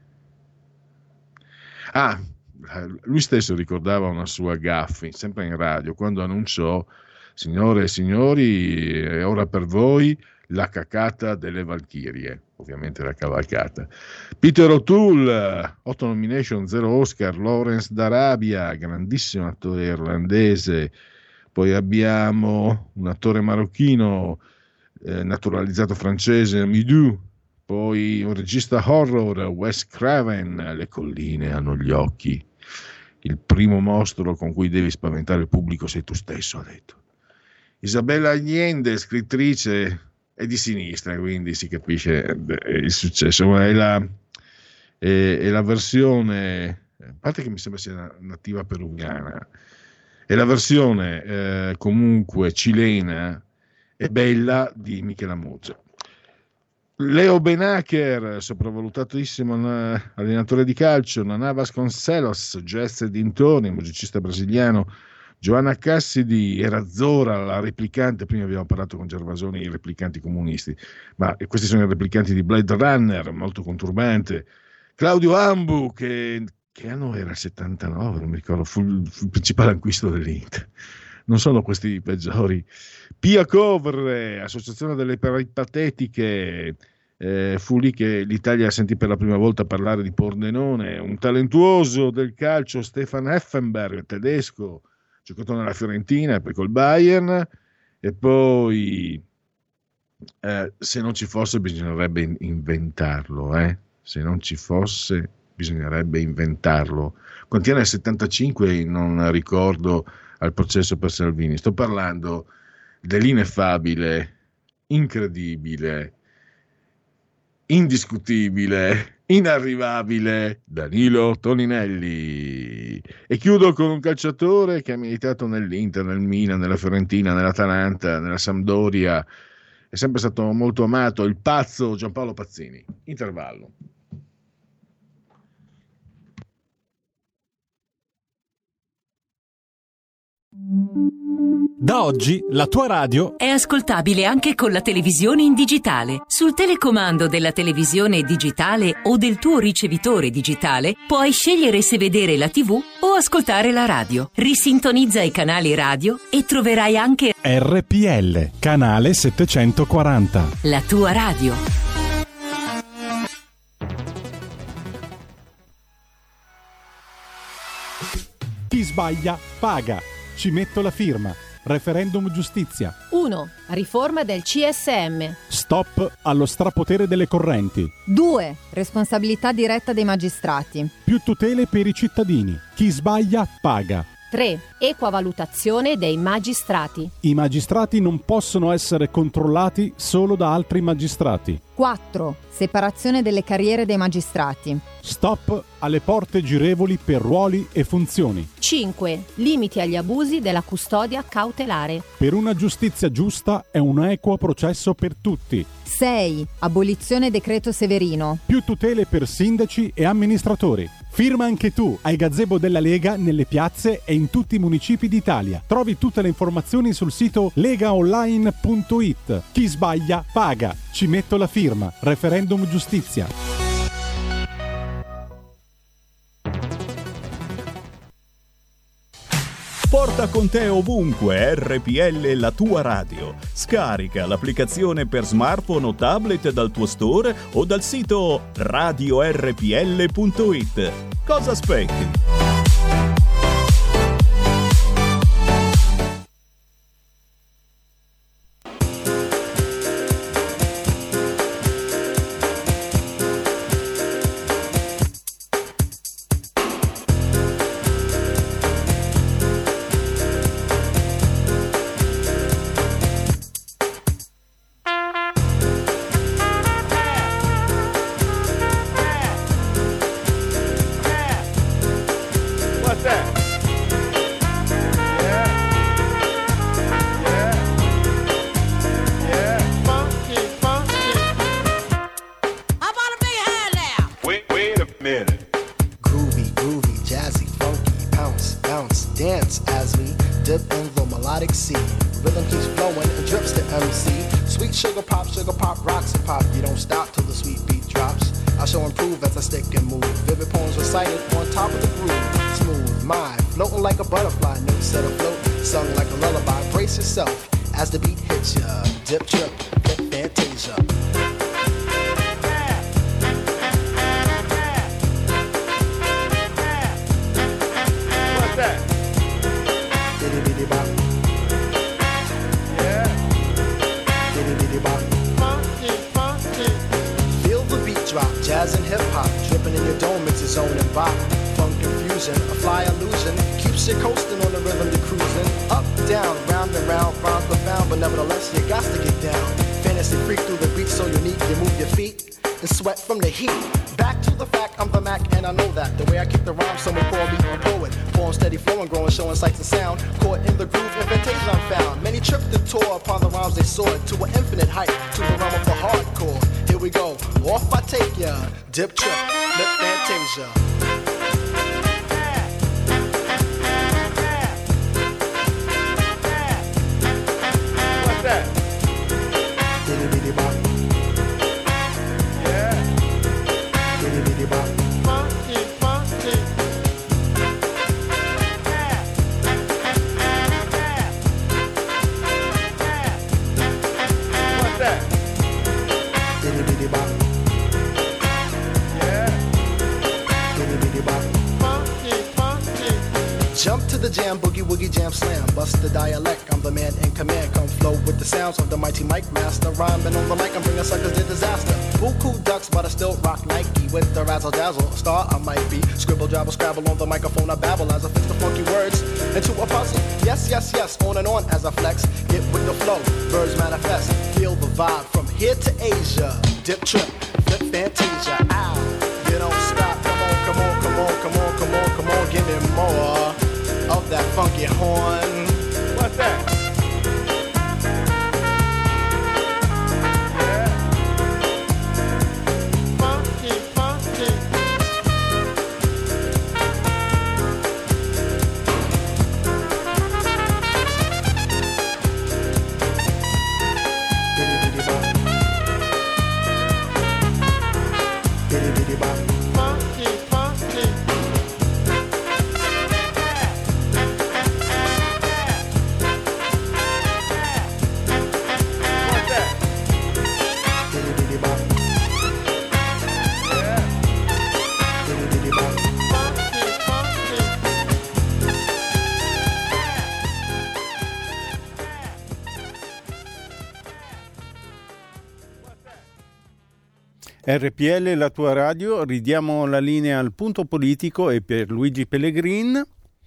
Ah, lui stesso ricordava una sua gaffe, sempre in radio, quando annunciò: signore e signori, è ora per voi la cacata delle Valchirie, ovviamente la cavalcata. Peter O'Toole, otto nomination, zero Oscar. Lawrence d'Arabia, grandissimo attore irlandese. Poi abbiamo un attore marocchino eh, naturalizzato francese, Midou. Poi un regista horror, Wes Craven, Le colline hanno gli occhi. Il primo mostro con cui devi spaventare il pubblico sei tu stesso, ha detto. Isabella Allende, scrittrice, è di sinistra, quindi si capisce il successo. È la, è, è la versione, a parte che mi sembra sia nativa peruviana, è la versione eh, comunque cilena e bella di Michela Muggia. Leo Benacher, sopravvalutatissimo allenatore di calcio. Naná Vasconcelos, jazz e dintorni, musicista brasiliano. Giovanna Cassidy, Erazzora, la replicante. Prima abbiamo parlato con Gervasoni, i replicanti comunisti, ma questi sono i replicanti di Blade Runner, molto conturbante. Claudio Ambu, che, che anno era? Il settantanove, non mi ricordo, fu, fu il principale acquisto dell'Inter. Non sono questi i peggiori. Pia Covre, Associazione delle Peripatetiche, eh, fu lì che l'Italia sentì per la prima volta parlare di Pordenone. Un talentuoso del calcio, Stefan Effenberg, tedesco, giocato nella Fiorentina e poi col Bayern. E poi eh, se non ci fosse bisognerebbe inventarlo, eh? Se non ci fosse bisognerebbe inventarlo. Contiene settantacinque, non ricordo, al processo per Salvini. Sto parlando dell'ineffabile, incredibile, indiscutibile, inarrivabile Danilo Toninelli. E chiudo con un calciatore che ha militato nell'Inter, nel Milan, nella Fiorentina, nell'Atalanta, nella Sampdoria, è sempre stato molto amato, il pazzo Giampaolo Pazzini. Intervallo. Da oggi la tua radio è ascoltabile anche con la televisione in digitale. Sul telecomando della televisione digitale o del tuo ricevitore digitale puoi scegliere se vedere la tivù o ascoltare la radio. Risintonizza i canali radio e troverai anche R P L, canale settecentoquaranta. La tua radio. Chi sbaglia paga. Ci metto la firma. Referendum giustizia. uno. Riforma del C S M. Stop allo strapotere delle correnti. due. Responsabilità diretta dei magistrati. Più tutele per i cittadini. Chi sbaglia paga. tre. Equa valutazione dei magistrati. I magistrati non possono essere controllati solo da altri magistrati. quattro. Separazione delle carriere dei magistrati. Stop alle porte girevoli per ruoli e funzioni. cinque. Limiti agli abusi della custodia cautelare. Per una giustizia giusta e un equo processo per tutti. sei. Abolizione decreto Severino. Più tutele per sindaci e amministratori. Firma anche tu ai gazebo della Lega nelle piazze e in tutti i municipi d'Italia. Trovi tutte le informazioni sul sito legaonline punto it. Chi sbaglia paga. Ci metto la firma. Referendum giustizia. Porta con te ovunque R P L, la tua radio. Scarica l'applicazione per smartphone o tablet dal tuo store o dal sito radio R P L punto it. Cosa aspetti? Dip trip, lip fantasia. What's that? Diddy diddy bop. Yeah. Diddy diddy bop. Funky, funky. What's that? Diddy diddy bop. Jump to the jam, boogie woogie jam slam. Bust the dialect, I'm the man in command. Come flow with the sounds of the mighty Mike Master. Rhyming on the mic, I'm bringing suckers to disaster. Buku ducks, but I still rock Nike with the razzle dazzle. A star I might be. Scribble, jabble, scrabble on the microphone. I babble as I fix the funky words into a puzzle. Yes, yes, yes, on and on as I flex. Get with the flow, birds manifest. Feel the vibe from here to Asia. Dip, trip, flip, fantasia. Ow, you don't stop. Come on, come on, come on, come on, come on, come on. Give me more of that funky horn. What's that? R P L, la tua radio, ridiamo la linea al punto politico e per Luigi Pellegrin.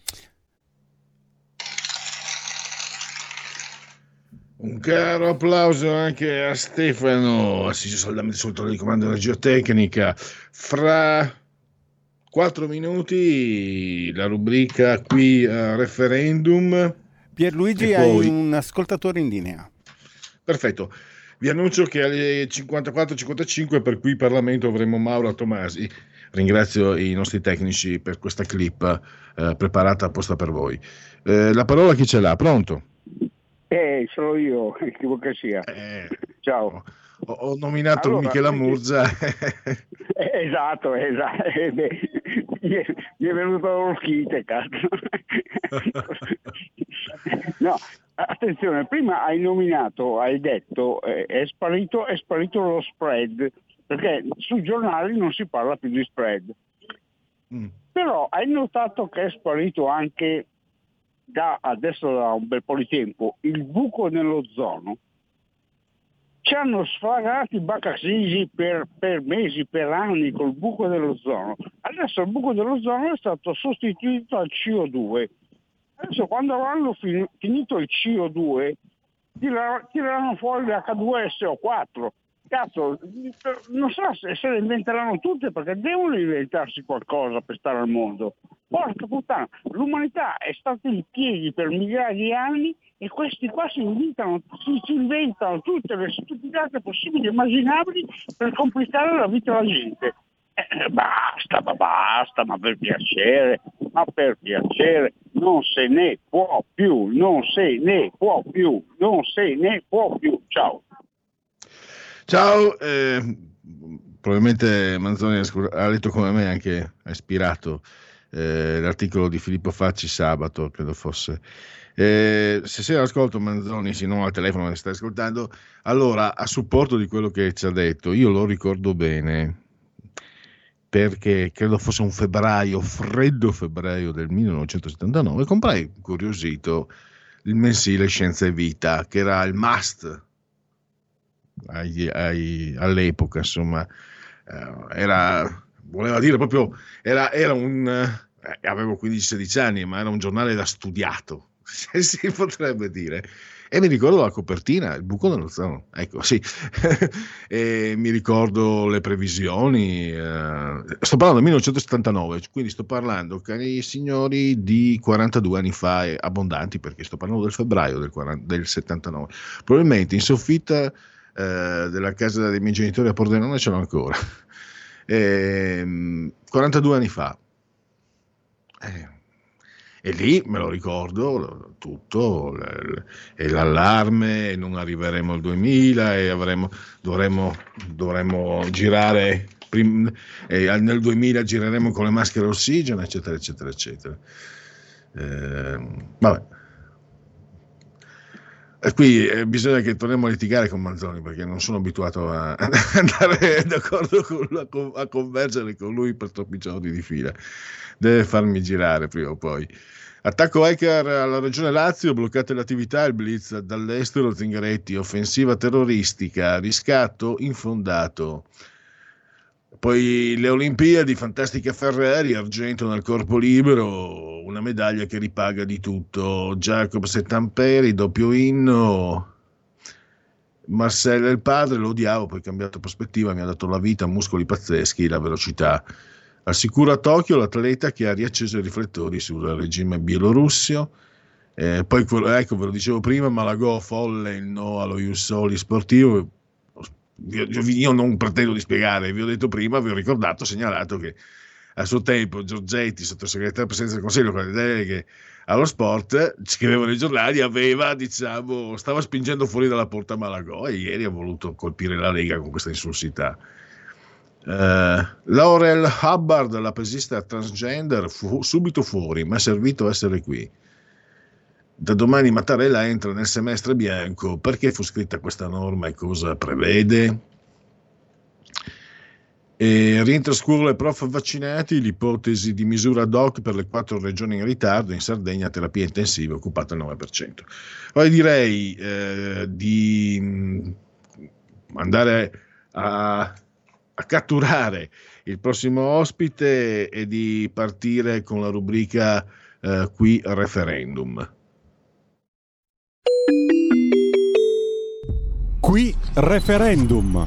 Un caro applauso anche a Stefano, assiso saldamente sul trono di comando della geotecnica. Fra quattro minuti la rubrica qui a referendum. Pierluigi, poi... hai un ascoltatore in linea. Perfetto. Vi annuncio che alle cinquantaquattro cinquantacinque per qui Parlamento avremo Mauro Tomasi. Ringrazio i nostri tecnici per questa clip eh, preparata apposta per voi. Eh, la parola chi ce l'ha? Pronto? Eh, sono io, che vuoi che sia. Eh, Ciao. Ho, ho nominato allora, Michela Murza. Eh, esatto, esatto. Eh, beh, mi è venuto lo schite, cazzo. No, attenzione, prima hai nominato, hai detto, eh, è sparito, è sparito lo spread, perché sui giornali non si parla più di spread. Mm. Però hai notato che è sparito anche da adesso da un bel po' di tempo il buco nell'ozono. Ci hanno sfragato i bacassisi per, per mesi, per anni col buco dell'ozono. Adesso il buco dell'ozono è stato sostituito al C O due. Adesso quando avranno fin- finito il C O due tir- tireranno fuori l'H due S O quattro. Cazzo, non so se, se le inventeranno tutte, perché devono inventarsi qualcosa per stare al mondo. Porca puttana, l'umanità è stata in piedi per migliaia di anni e questi qua si inventano, si, si inventano tutte le stupidate possibili e immaginabili per complicare la vita della gente. Eh, basta, ma basta, ma per piacere, ma per piacere, non se ne può più, non se ne può più, non se ne può più. Ciao. Ciao, eh, probabilmente Manzoni ha letto come me, anche ha ispirato eh, l'articolo di Filippo Facci sabato, credo fosse. Eh, se sei all'ascolto Manzoni, se non al telefono ma stai ascoltando, allora a supporto di quello che ci ha detto, io lo ricordo bene, perché credo fosse un febbraio, freddo febbraio del millenovecentosettantanove, comprai incuriosito il mensile Scienza e Vita, che era il must ai, ai, all'epoca, insomma, eh, era, voleva dire proprio, era, era un, eh, avevo quindici sedici anni, ma era un giornale da studiato, se si potrebbe dire. E mi ricordo la copertina, il buco dell'ozono, ecco, sì. E mi ricordo le previsioni, eh, sto parlando del millenovecentosettantanove, quindi sto parlando, cari signori, di quarantadue anni fa, e abbondanti, perché sto parlando del febbraio del, quaranta, del settantanove. Probabilmente in soffitta eh, della casa dei miei genitori a Pordenone ce l'ho ancora. E, quarantadue anni fa. Eh. E lì me lo ricordo tutto, e l'allarme, e non arriveremo al duemila, e avremo, dovremmo, dovremmo girare, prim, e nel duemila gireremo con le maschere ossigeno, eccetera, eccetera, eccetera. Eh, vabbè. E qui eh, bisogna che torniamo a litigare con Manzoni, perché non sono abituato a, a andare d'accordo con lui, a, a convergere con lui per troppi giorni di fila. Deve farmi girare prima o poi. Attacco hacker alla regione Lazio, bloccate le attività, il blitz dall'estero, Zingaretti, offensiva terroristica, riscatto infondato. Poi le Olimpiadi, fantastica Ferrari, argento nel corpo libero, una medaglia che ripaga di tutto. Jacobs e Tamperi, doppio inno. Marcella il padre, lo odiavo, poi cambiato prospettiva, mi ha dato la vita, muscoli pazzeschi, la velocità. Al sicuro a Tokyo l'atleta che ha riacceso i riflettori sul regime bielorusso. Eh, poi, ecco, ve lo dicevo prima, Malagò, folle il no allo Ius Soli sportivo. Io, io non pretendo di spiegare, vi ho detto prima, vi ho ricordato, segnalato che a suo tempo Giorgetti, sottosegretario Presidenza del Consiglio con le deleghe allo sport, scriveva nei giornali, aveva, diciamo, stava spingendo fuori dalla porta Malagò e ieri ha voluto colpire la Lega con questa insulsità. Uh, Laurel Hubbard, la pesista transgender, fu subito fuori, ma è servito essere qui. Da domani Mattarella entra nel semestre bianco. Perché fu scritta questa norma e cosa prevede? E rientra scuola e prof vaccinati, l'ipotesi di misura ad hoc per le quattro regioni in ritardo, in Sardegna terapia intensiva occupata il nove per cento. Poi direi eh, di andare a, a catturare il prossimo ospite e di partire con la rubrica eh, qui referendum. Qui referendum.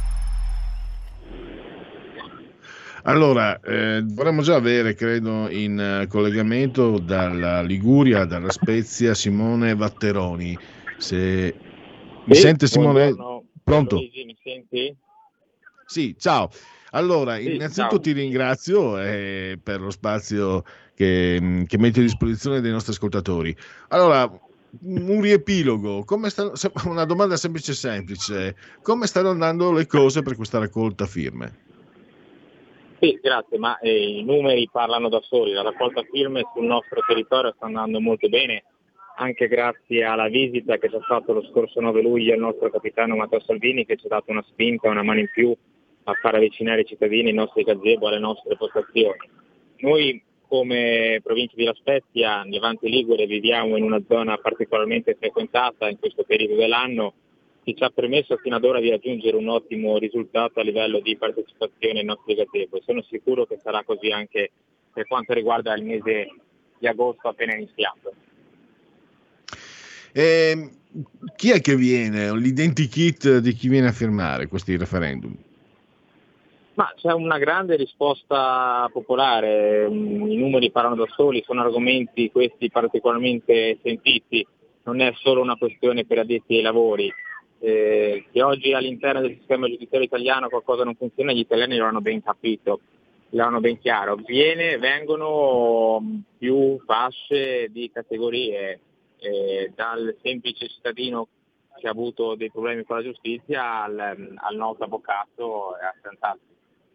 Allora, eh, dovremmo già avere, credo, in uh, collegamento dalla Liguria, dalla Spezia, Simone Vatteroni. Se mi sì, sente Simone? Buongiorno. Pronto? Luigi, mi senti? Sì, ciao. Allora, Sì, innanzitutto ciao. ti ringrazio eh, per lo spazio che, che metti a disposizione dei nostri ascoltatori. Allora, un riepilogo, come sta, una domanda semplice semplice, come stanno andando le cose per questa raccolta firme? Sì, grazie, ma eh, i numeri parlano da soli, la raccolta firme sul nostro territorio sta andando molto bene, anche grazie alla visita che ci ha fatto lo scorso nove luglio il nostro capitano Matteo Salvini, che ci ha dato una spinta, una mano in più a far avvicinare i cittadini, i nostri gazebo alle nostre postazioni. Noi come provincia di La Spezia, Levante Ligure, viviamo in una zona particolarmente frequentata in questo periodo dell'anno, che ci ha permesso fino ad ora di raggiungere un ottimo risultato a livello di partecipazione ai nostri gazebo. Sono sicuro che sarà così anche per quanto riguarda il mese di agosto appena iniziato. E chi è che viene? L'identikit di chi viene a firmare questi referendum? Ma c'è una grande risposta popolare, i numeri parlano da soli, sono argomenti questi particolarmente sentiti, non è solo una questione per addetti ai lavori. Eh, che oggi all'interno del sistema giudiziario italiano qualcosa non funziona, gli italiani lo hanno ben capito, lo hanno ben chiaro. Viene, vengono più fasce di categorie, eh, dal semplice cittadino che ha avuto dei problemi con la giustizia al, al noto avvocato e a tant'altro.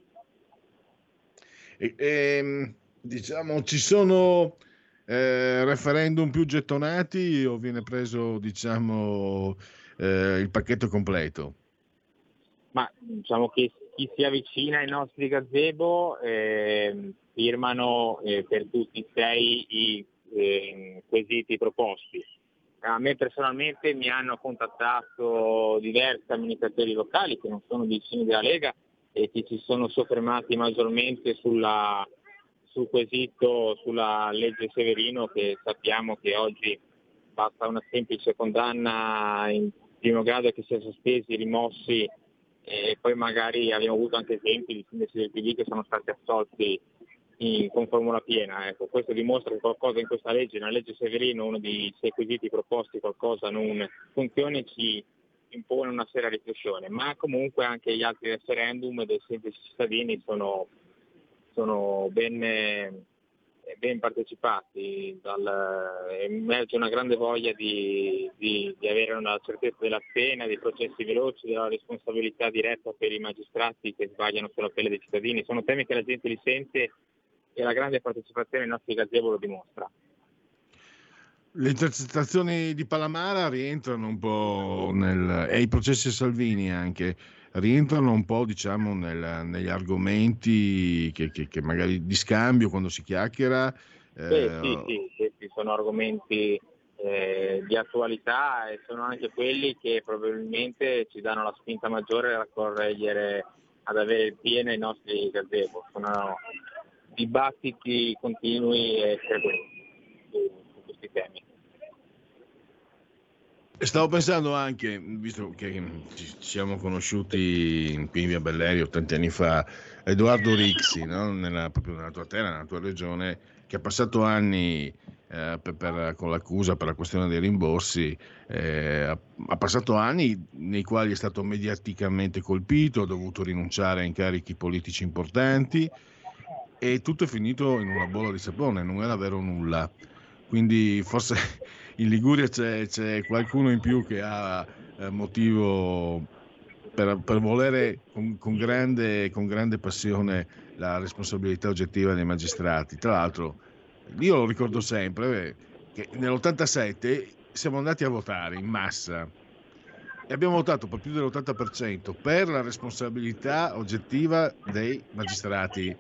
E, e, diciamo, ci sono eh, referendum più gettonati o viene preso, diciamo, eh, il pacchetto completo? Ma diciamo che chi si avvicina ai nostri gazebo eh, firmano eh, per tutti e sei i eh, quesiti proposti. A me personalmente mi hanno contattato diversi amministratori locali che non sono vicini della Lega e che ci sono soffermati maggiormente sulla, sul quesito sulla legge Severino, che sappiamo che oggi basta una semplice condanna in primo grado che sia sospesi, rimossi, e poi magari abbiamo avuto anche esempi di sindaci del P D che sono stati assolti in, con formula piena. Ecco, questo dimostra che qualcosa in questa legge, nella legge Severino, uno dei sei quesiti proposti, qualcosa non funziona e ci impone una seria riflessione, ma comunque anche gli altri referendum dei semplici cittadini sono, sono ben, ben partecipati, dal, emerge una grande voglia di, di, di avere una certezza della pena, dei processi veloci, della responsabilità diretta per i magistrati che sbagliano sulla pelle dei cittadini. Sono temi che la gente li sente e la grande partecipazione ai nostri gazebo lo dimostra. Le intercettazioni di Palamara rientrano un po' nel, e i processi Salvini anche rientrano un po', diciamo, nel, negli argomenti che, che, che magari di scambio quando si chiacchiera. Eh, sì, sì, sì, sì, sono argomenti eh, di attualità e sono anche quelli che probabilmente ci danno la spinta maggiore a correggere, ad avere il piede nei nostri gazebo. Sono dibattiti continui e frequenti su, su questi temi. Stavo pensando anche, visto che ci siamo conosciuti qui in via Bellerio tanti anni fa, Edoardo Rixi, no? nella, proprio nella tua terra, nella tua regione, che ha passato anni eh, per, per, con l'accusa per la questione dei rimborsi, eh, ha, ha passato anni nei quali è stato mediaticamente colpito, ha dovuto rinunciare a incarichi politici importanti e tutto è finito in una bolla di sapone, non era vero nulla. Quindi forse in Liguria c'è, c'è qualcuno in più che ha eh, motivo per, per volere con, con, grande, con grande passione la responsabilità oggettiva dei magistrati. Tra l'altro, io lo ricordo sempre, che nell'ottantasette siamo andati a votare in massa e abbiamo votato per più dell'ottanta per cento per la responsabilità oggettiva dei magistrati.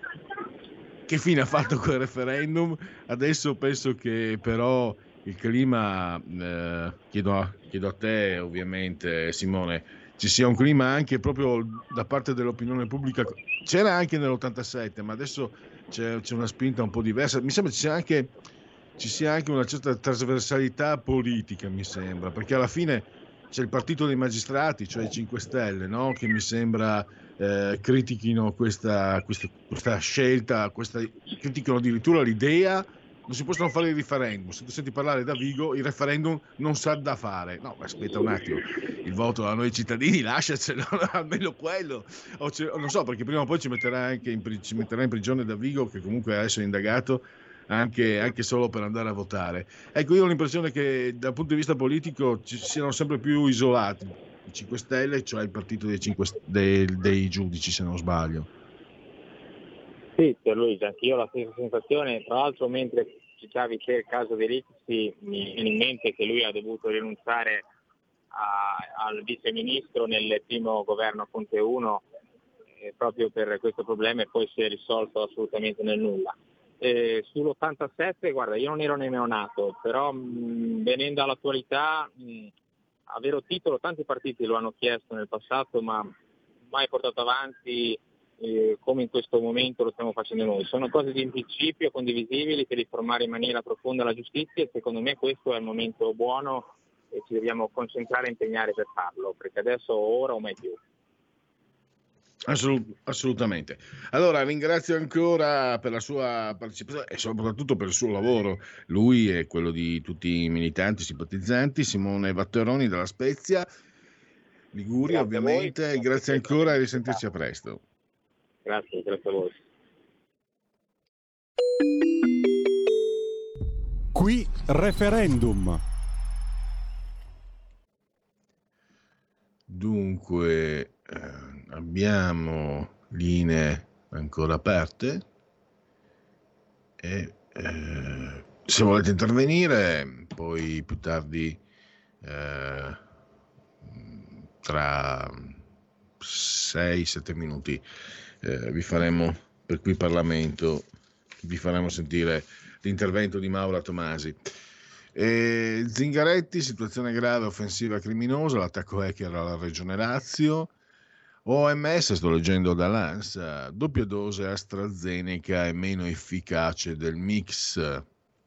Che fine ha fatto quel referendum? Adesso penso che però il clima, eh, chiedo, a, chiedo a te ovviamente Simone, ci sia un clima anche proprio da parte dell'opinione pubblica, c'era anche nell'ottantasette, ma adesso c'è, c'è una spinta un po' diversa, mi sembra ci sia anche, ci sia anche una certa trasversalità politica, mi sembra, perché alla fine c'è il partito dei magistrati, cioè i cinque Stelle, no? Che mi sembra eh, critichino questa, questa, questa scelta, questa, criticano addirittura l'idea. Non si possono fare i referendum. Se tu senti parlare da Vigo, il referendum non sa da fare. No, aspetta un attimo, il voto a noi cittadini lasciacelo, almeno quello. O non so, perché prima o poi ci metterà anche in, ci metterà in prigione da Vigo, che comunque adesso è indagato anche, anche solo per andare a votare. Ecco, io ho l'impressione che dal punto di vista politico ci siano sempre più isolati i cinque Stelle, cioè il partito dei, cinque, dei, dei giudici, se non sbaglio. Sì, per Luigi, anche io ho la stessa sensazione. Tra l'altro, mentre citavi te il caso di Rixi, mi viene in mente che lui ha dovuto rinunciare a, al vice ministro nel primo governo Conte uno eh, proprio per questo problema, e poi si è risolto assolutamente nel nulla. Eh, sull'ottantasette, guarda, io non ero nemmeno nato, però mh, venendo all'attualità, mh, a vero titolo tanti partiti lo hanno chiesto nel passato, ma mai portato avanti eh, come in questo momento lo stiamo facendo noi. Sono cose di principio condivisibili per riformare in maniera profonda la giustizia, e secondo me questo è il momento buono e ci dobbiamo concentrare e impegnare per farlo, perché adesso ora o mai più. Assolut- assolutamente. Allora ringrazio ancora per la sua partecipazione e soprattutto per il suo lavoro, lui e quello di tutti i militanti, simpatizzanti, Simone Vatteroni della Spezia, Liguria, grazie ovviamente, grazie, grazie ancora e risentirci a presto. Grazie, grazie a voi. Qui referendum. Dunque eh, abbiamo linee ancora aperte e eh, se volete intervenire poi più tardi eh, tra sei sette minuti eh, vi faremo per qui Parlamento vi faremo sentire l'intervento di Maura Tomasi. E Zingaretti, situazione grave, offensiva criminosa, l'attacco hacker alla regione Lazio. O M S, sto leggendo dall'ANSA, doppia dose AstraZeneca è meno efficace del mix.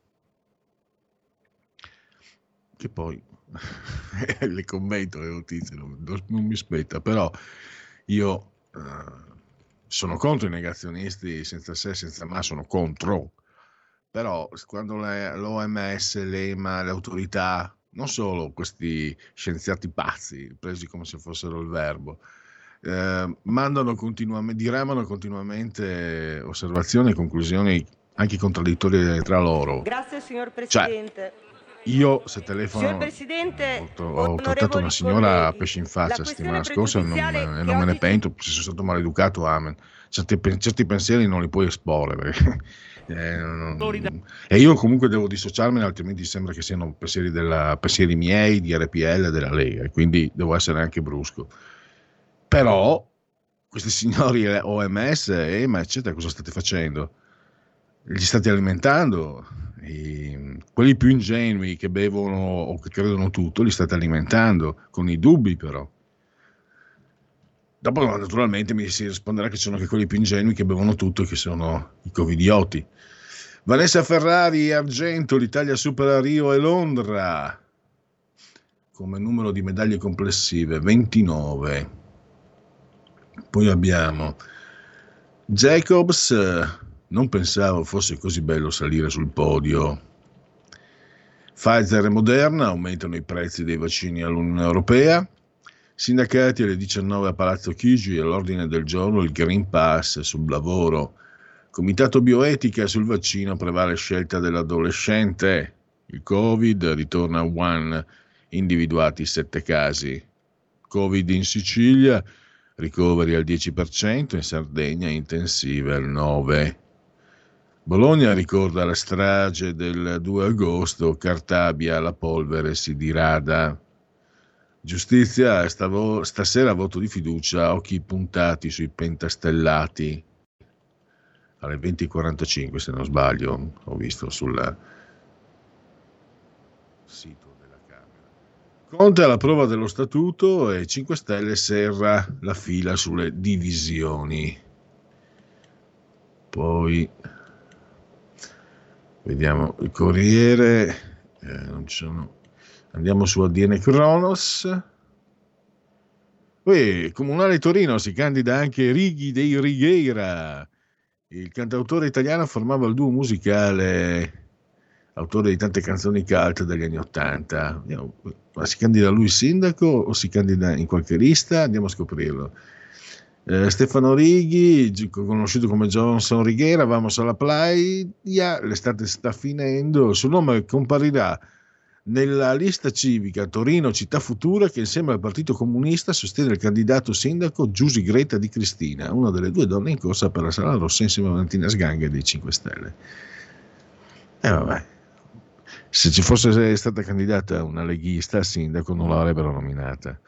Che poi le commento le notizie, non, non mi spetta, però io uh, sono contro i negazionisti senza se, senza ma, sono contro. Però quando l'O M S, l'E M A, le autorità, non solo questi scienziati pazzi, presi come se fossero il verbo, eh, mandano continuamente, diramano continuamente osservazioni e conclusioni anche contraddittorie tra loro. Grazie signor Presidente. Cioè, io se telefono signor Presidente, ho, ho trattato una signora colleghi, a pesci in faccia la settimana scorsa e non, e non me ne pento, se sono stato maleducato, amen. Certi, certi pensieri non li puoi esporre perché Eh, non... e io comunque devo dissociarmene, altrimenti sembra che siano pensieri, della, pensieri miei, di R P L, della Lega, e quindi devo essere anche brusco. Però questi signori O M S, E M A eccetera, cosa state facendo? li state alimentando. I, quelli più ingenui che bevono o che credono tutto li state alimentando, con i dubbi però. Dopo naturalmente mi si risponderà che ci sono anche quelli più ingenui che bevono tutto e che sono i covidioti. Vanessa Ferrari, argento, l'Italia supera Rio e Londra come numero di medaglie complessive, ventinove. Poi abbiamo Jacobs, non pensavo fosse così bello salire sul podio. Pfizer e Moderna aumentano i prezzi dei vaccini all'Unione Europea. Sindacati alle diciannove a Palazzo Chigi, all'ordine del giorno il Green Pass sul lavoro. Comitato bioetica sul vaccino, prevale scelta dell'adolescente. Il Covid ritorna a Wuhan, individuati sette casi. Covid in Sicilia, ricoveri al dieci per cento, in Sardegna intensive al nove per cento. Bologna ricorda la strage del due agosto, Cartabia, la polvere si dirada. Giustizia, stavo, stasera voto di fiducia, occhi puntati sui pentastellati. Alle venti e quarantacinque, se non sbaglio, ho visto sul sito della Camera. Conte alla prova dello statuto e cinque Stelle serra la fila sulle divisioni. Poi vediamo il Corriere, eh, non ci sono. Andiamo su A D N Cronos. Poi, Comunale Torino, si candida anche Righi dei Righeira. Il cantautore italiano formava il duo musicale, autore di tante canzoni cult degli anni Ottanta. Ma si candida lui sindaco o si candida in qualche lista? Andiamo a scoprirlo. Eh, Stefano Righi, conosciuto come Johnson Righeira, vamos alla playa, l'estate sta finendo, il suo nome comparirà nella lista civica Torino Città Futura, che insieme al Partito Comunista sostiene il candidato sindaco Giusy Greta Di Cristina, una delle due donne in corsa per la sala rossa insieme a Valentina Sganga dei cinque Stelle. E eh, vabbè, se ci fosse stata candidata una leghista a sindaco non l'avrebbero nominata.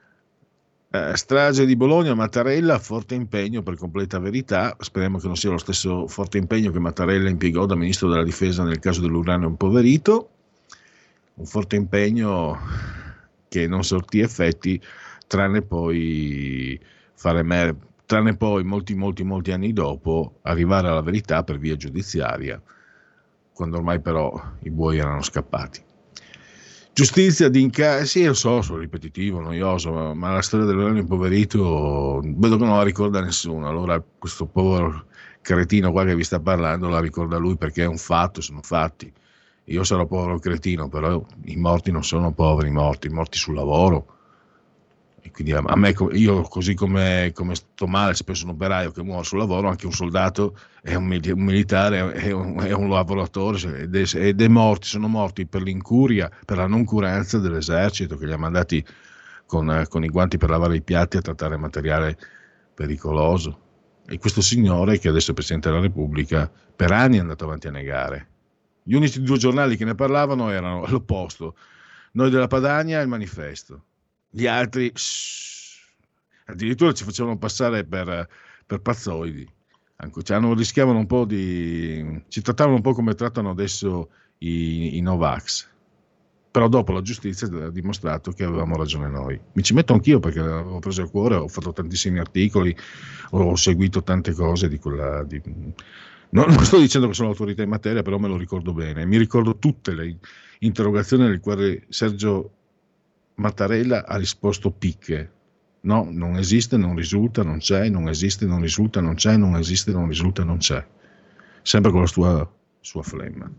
Eh, strage di Bologna, Mattarella, forte impegno per completa verità. Speriamo che non sia lo stesso forte impegno che Mattarella impiegò da ministro della difesa nel caso dell'uranio impoverito. Un forte impegno che non sortì effetti, tranne poi fare mer- tranne poi molti molti molti anni dopo arrivare alla verità per via giudiziaria, quando ormai però i buoi erano scappati. Giustizia di inca- sì, lo so, sono ripetitivo, noioso, ma, ma la storia dell'uranio impoverito vedo che non la ricorda nessuno. Allora questo povero cretino qua che vi sta parlando la ricorda lui, perché è un fatto, sono fatti. Io sarò povero cretino, però i morti non sono poveri morti, i morti sul lavoro. E quindi a me, io così come, come sto male, se penso un operaio che muore sul lavoro, anche un soldato è un, un militare, è un, è un lavoratore ed è, ed è morti, sono morti per l'incuria, per la noncuranza dell'esercito che li ha mandati con, con i guanti per lavare i piatti a trattare materiale pericoloso. E questo signore, che adesso è Presidente della Repubblica, per anni è andato avanti a negare. Gli unici due giornali che ne parlavano erano l'opposto, Noi della Padania e Il Manifesto. Gli altri shh, addirittura ci facevano passare per, per pazzoidi, ci hanno, rischiavano un po' di, ci trattavano un po' come trattano adesso i, i Novax. Però dopo la giustizia ha dimostrato che avevamo ragione noi. Mi ci metto anch'io perché l'avevo preso a cuore, ho fatto tantissimi articoli, ho seguito tante cose di quella... Di, Non, non sto dicendo che sono autorità in materia, però me lo ricordo bene. Mi ricordo tutte le interrogazioni nelle quali Sergio Mattarella ha risposto picche. No, non esiste, non risulta, non c'è, non esiste, non risulta, non c'è, non esiste, non risulta, non c'è. Sempre con la sua, sua flemma.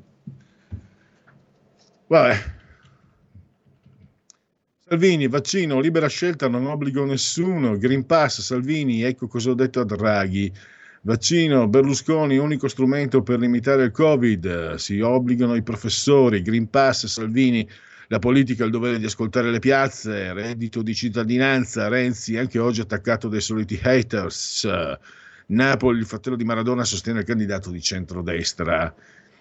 Vabbè. Salvini, vaccino, libera scelta, non obbligo nessuno. Green Pass, Salvini, ecco cosa ho detto a Draghi. Vaccino, Berlusconi, unico strumento per limitare il Covid, si obbligano i professori, Green Pass, Salvini, la politica ha il dovere di ascoltare le piazze, reddito di cittadinanza, Renzi anche oggi attaccato dai soliti haters, Napoli, il fratello di Maradona sostiene il candidato di centrodestra,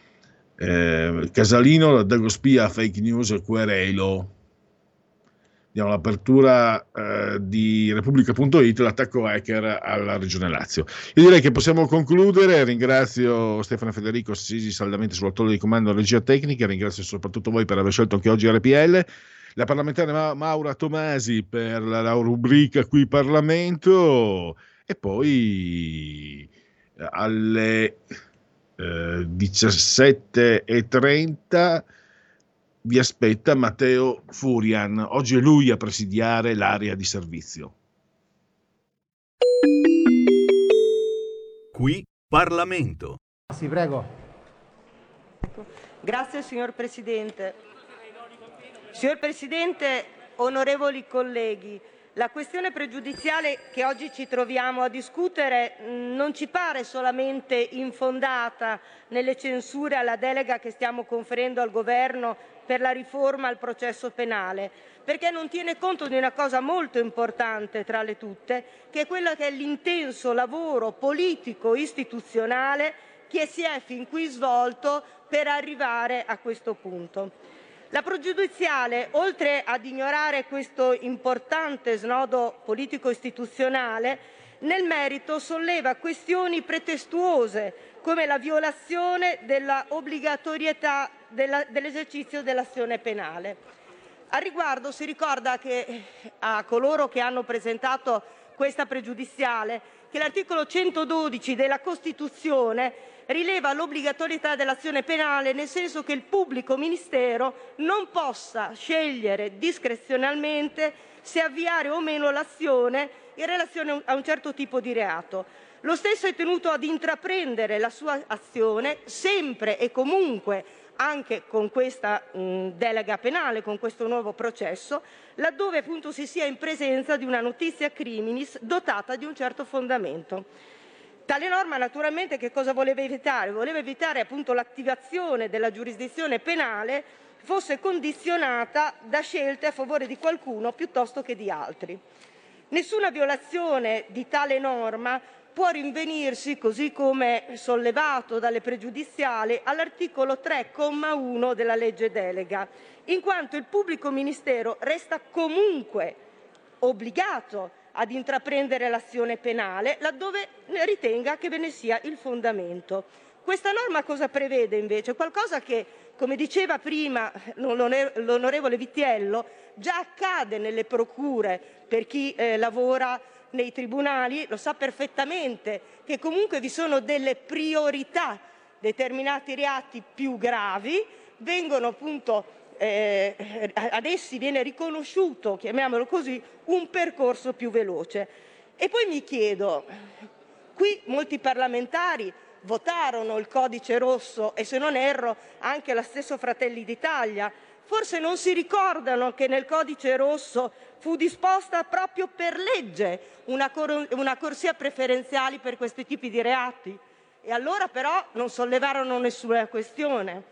eh, Casalino, Dagospia, fake news, querelo. diamo l'apertura eh, di Repubblica punto it, l'attacco hacker alla Regione Lazio. Io direi che possiamo concludere. Ringrazio Stefano e Federico Assisi saldamente sulla tolla di comando regia tecnica, ringrazio soprattutto voi per aver scelto anche oggi R P L, la parlamentare Ma- Maura Tomasi per la, la rubrica Qui Parlamento, e poi alle eh, diciassette e trenta vi aspetta Matteo Furian. Oggi è lui a presidiare l'area di servizio. Qui Parlamento. Sì, prego. Grazie signor Presidente. Signor Presidente, onorevoli colleghi, la questione pregiudiziale che oggi ci troviamo a discutere mh, non ci pare solamente infondata nelle censure alla delega che stiamo conferendo al Governo per la riforma al processo penale, perché non tiene conto di una cosa molto importante tra le tutte, che è quella che è l'intenso lavoro politico istituzionale che si è fin qui svolto per arrivare a questo punto. La pregiudiziale, oltre ad ignorare questo importante snodo politico-istituzionale, nel merito solleva questioni pretestuose come la violazione della obbligatorietà della, dell'esercizio dell'azione penale. A riguardo si ricorda che a coloro che hanno presentato questa pregiudiziale che l'articolo centododici della Costituzione rileva l'obbligatorietà dell'azione penale, nel senso che il pubblico ministero non possa scegliere discrezionalmente se avviare o meno l'azione in relazione a un certo tipo di reato. Lo stesso è tenuto ad intraprendere la sua azione sempre e comunque, anche con questa mh, delega penale, con questo nuovo processo, laddove appunto si sia in presenza di una notizia criminis dotata di un certo fondamento. Tale norma naturalmente che cosa voleva evitare? Voleva evitare appunto l'attivazione della giurisdizione penale fosse condizionata da scelte a favore di qualcuno piuttosto che di altri. Nessuna violazione di tale norma può rinvenirsi, così come sollevato dalle pregiudiziali, all'articolo tre, comma uno della legge delega, in quanto il pubblico ministero resta comunque obbligato ad intraprendere l'azione penale laddove ritenga che ve ne sia il fondamento. Questa norma cosa prevede invece? Qualcosa che, come diceva prima l'onorevole Vitiello, già accade nelle procure per chi eh, lavora nei tribunali, lo sa perfettamente che comunque vi sono delle priorità, determinati reati più gravi vengono appunto eh, ad essi viene riconosciuto, chiamiamolo così, un percorso più veloce. E poi mi chiedo, qui molti parlamentari votarono il codice rosso e, se non erro, anche la stessa Fratelli d'Italia. Forse non si ricordano che nel codice rosso fu disposta proprio per legge una, cor- una corsia preferenziale per questi tipi di reati, e allora però non sollevarono nessuna questione.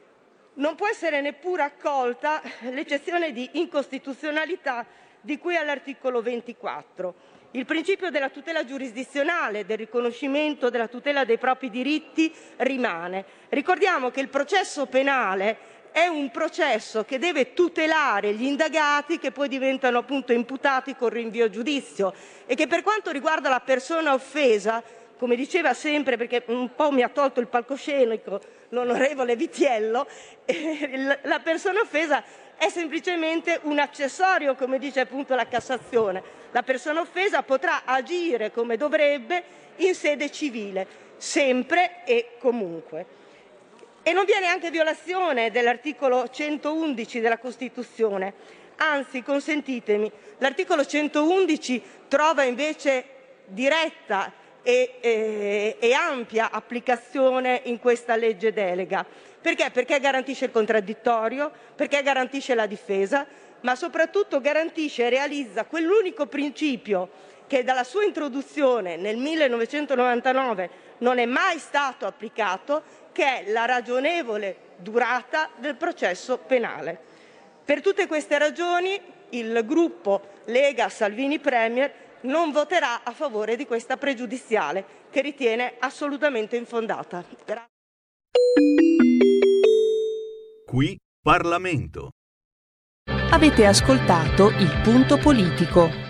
Non può essere neppure accolta l'eccezione di incostituzionalità di cui all'articolo ventiquattro. Il principio della tutela giurisdizionale, del riconoscimento della tutela dei propri diritti rimane. Ricordiamo che il processo penale è un processo che deve tutelare gli indagati che poi diventano appunto imputati con rinvio a giudizio, e che per quanto riguarda la persona offesa, come diceva sempre, perché un po' mi ha tolto il palcoscenico l'onorevole Vitiello, eh, la persona offesa è semplicemente un accessorio, come dice appunto la Cassazione. La persona offesa potrà agire come dovrebbe in sede civile, sempre e comunque. E non vi è neanche violazione dell'articolo centoundici della Costituzione, anzi, consentitemi, l'articolo centoundici trova invece diretta e, e, e ampia applicazione in questa legge delega. Perché? Perché garantisce il contraddittorio, perché garantisce la difesa, ma soprattutto garantisce e realizza quell'unico principio che dalla sua introduzione nel millenovecentonovantanove non è mai stato applicato, che è la ragionevole durata del processo penale. Per tutte queste ragioni il gruppo Lega Salvini Premier non voterà a favore di questa pregiudiziale, che ritiene assolutamente infondata. Grazie. Qui Parlamento. Avete ascoltato Il Punto Politico.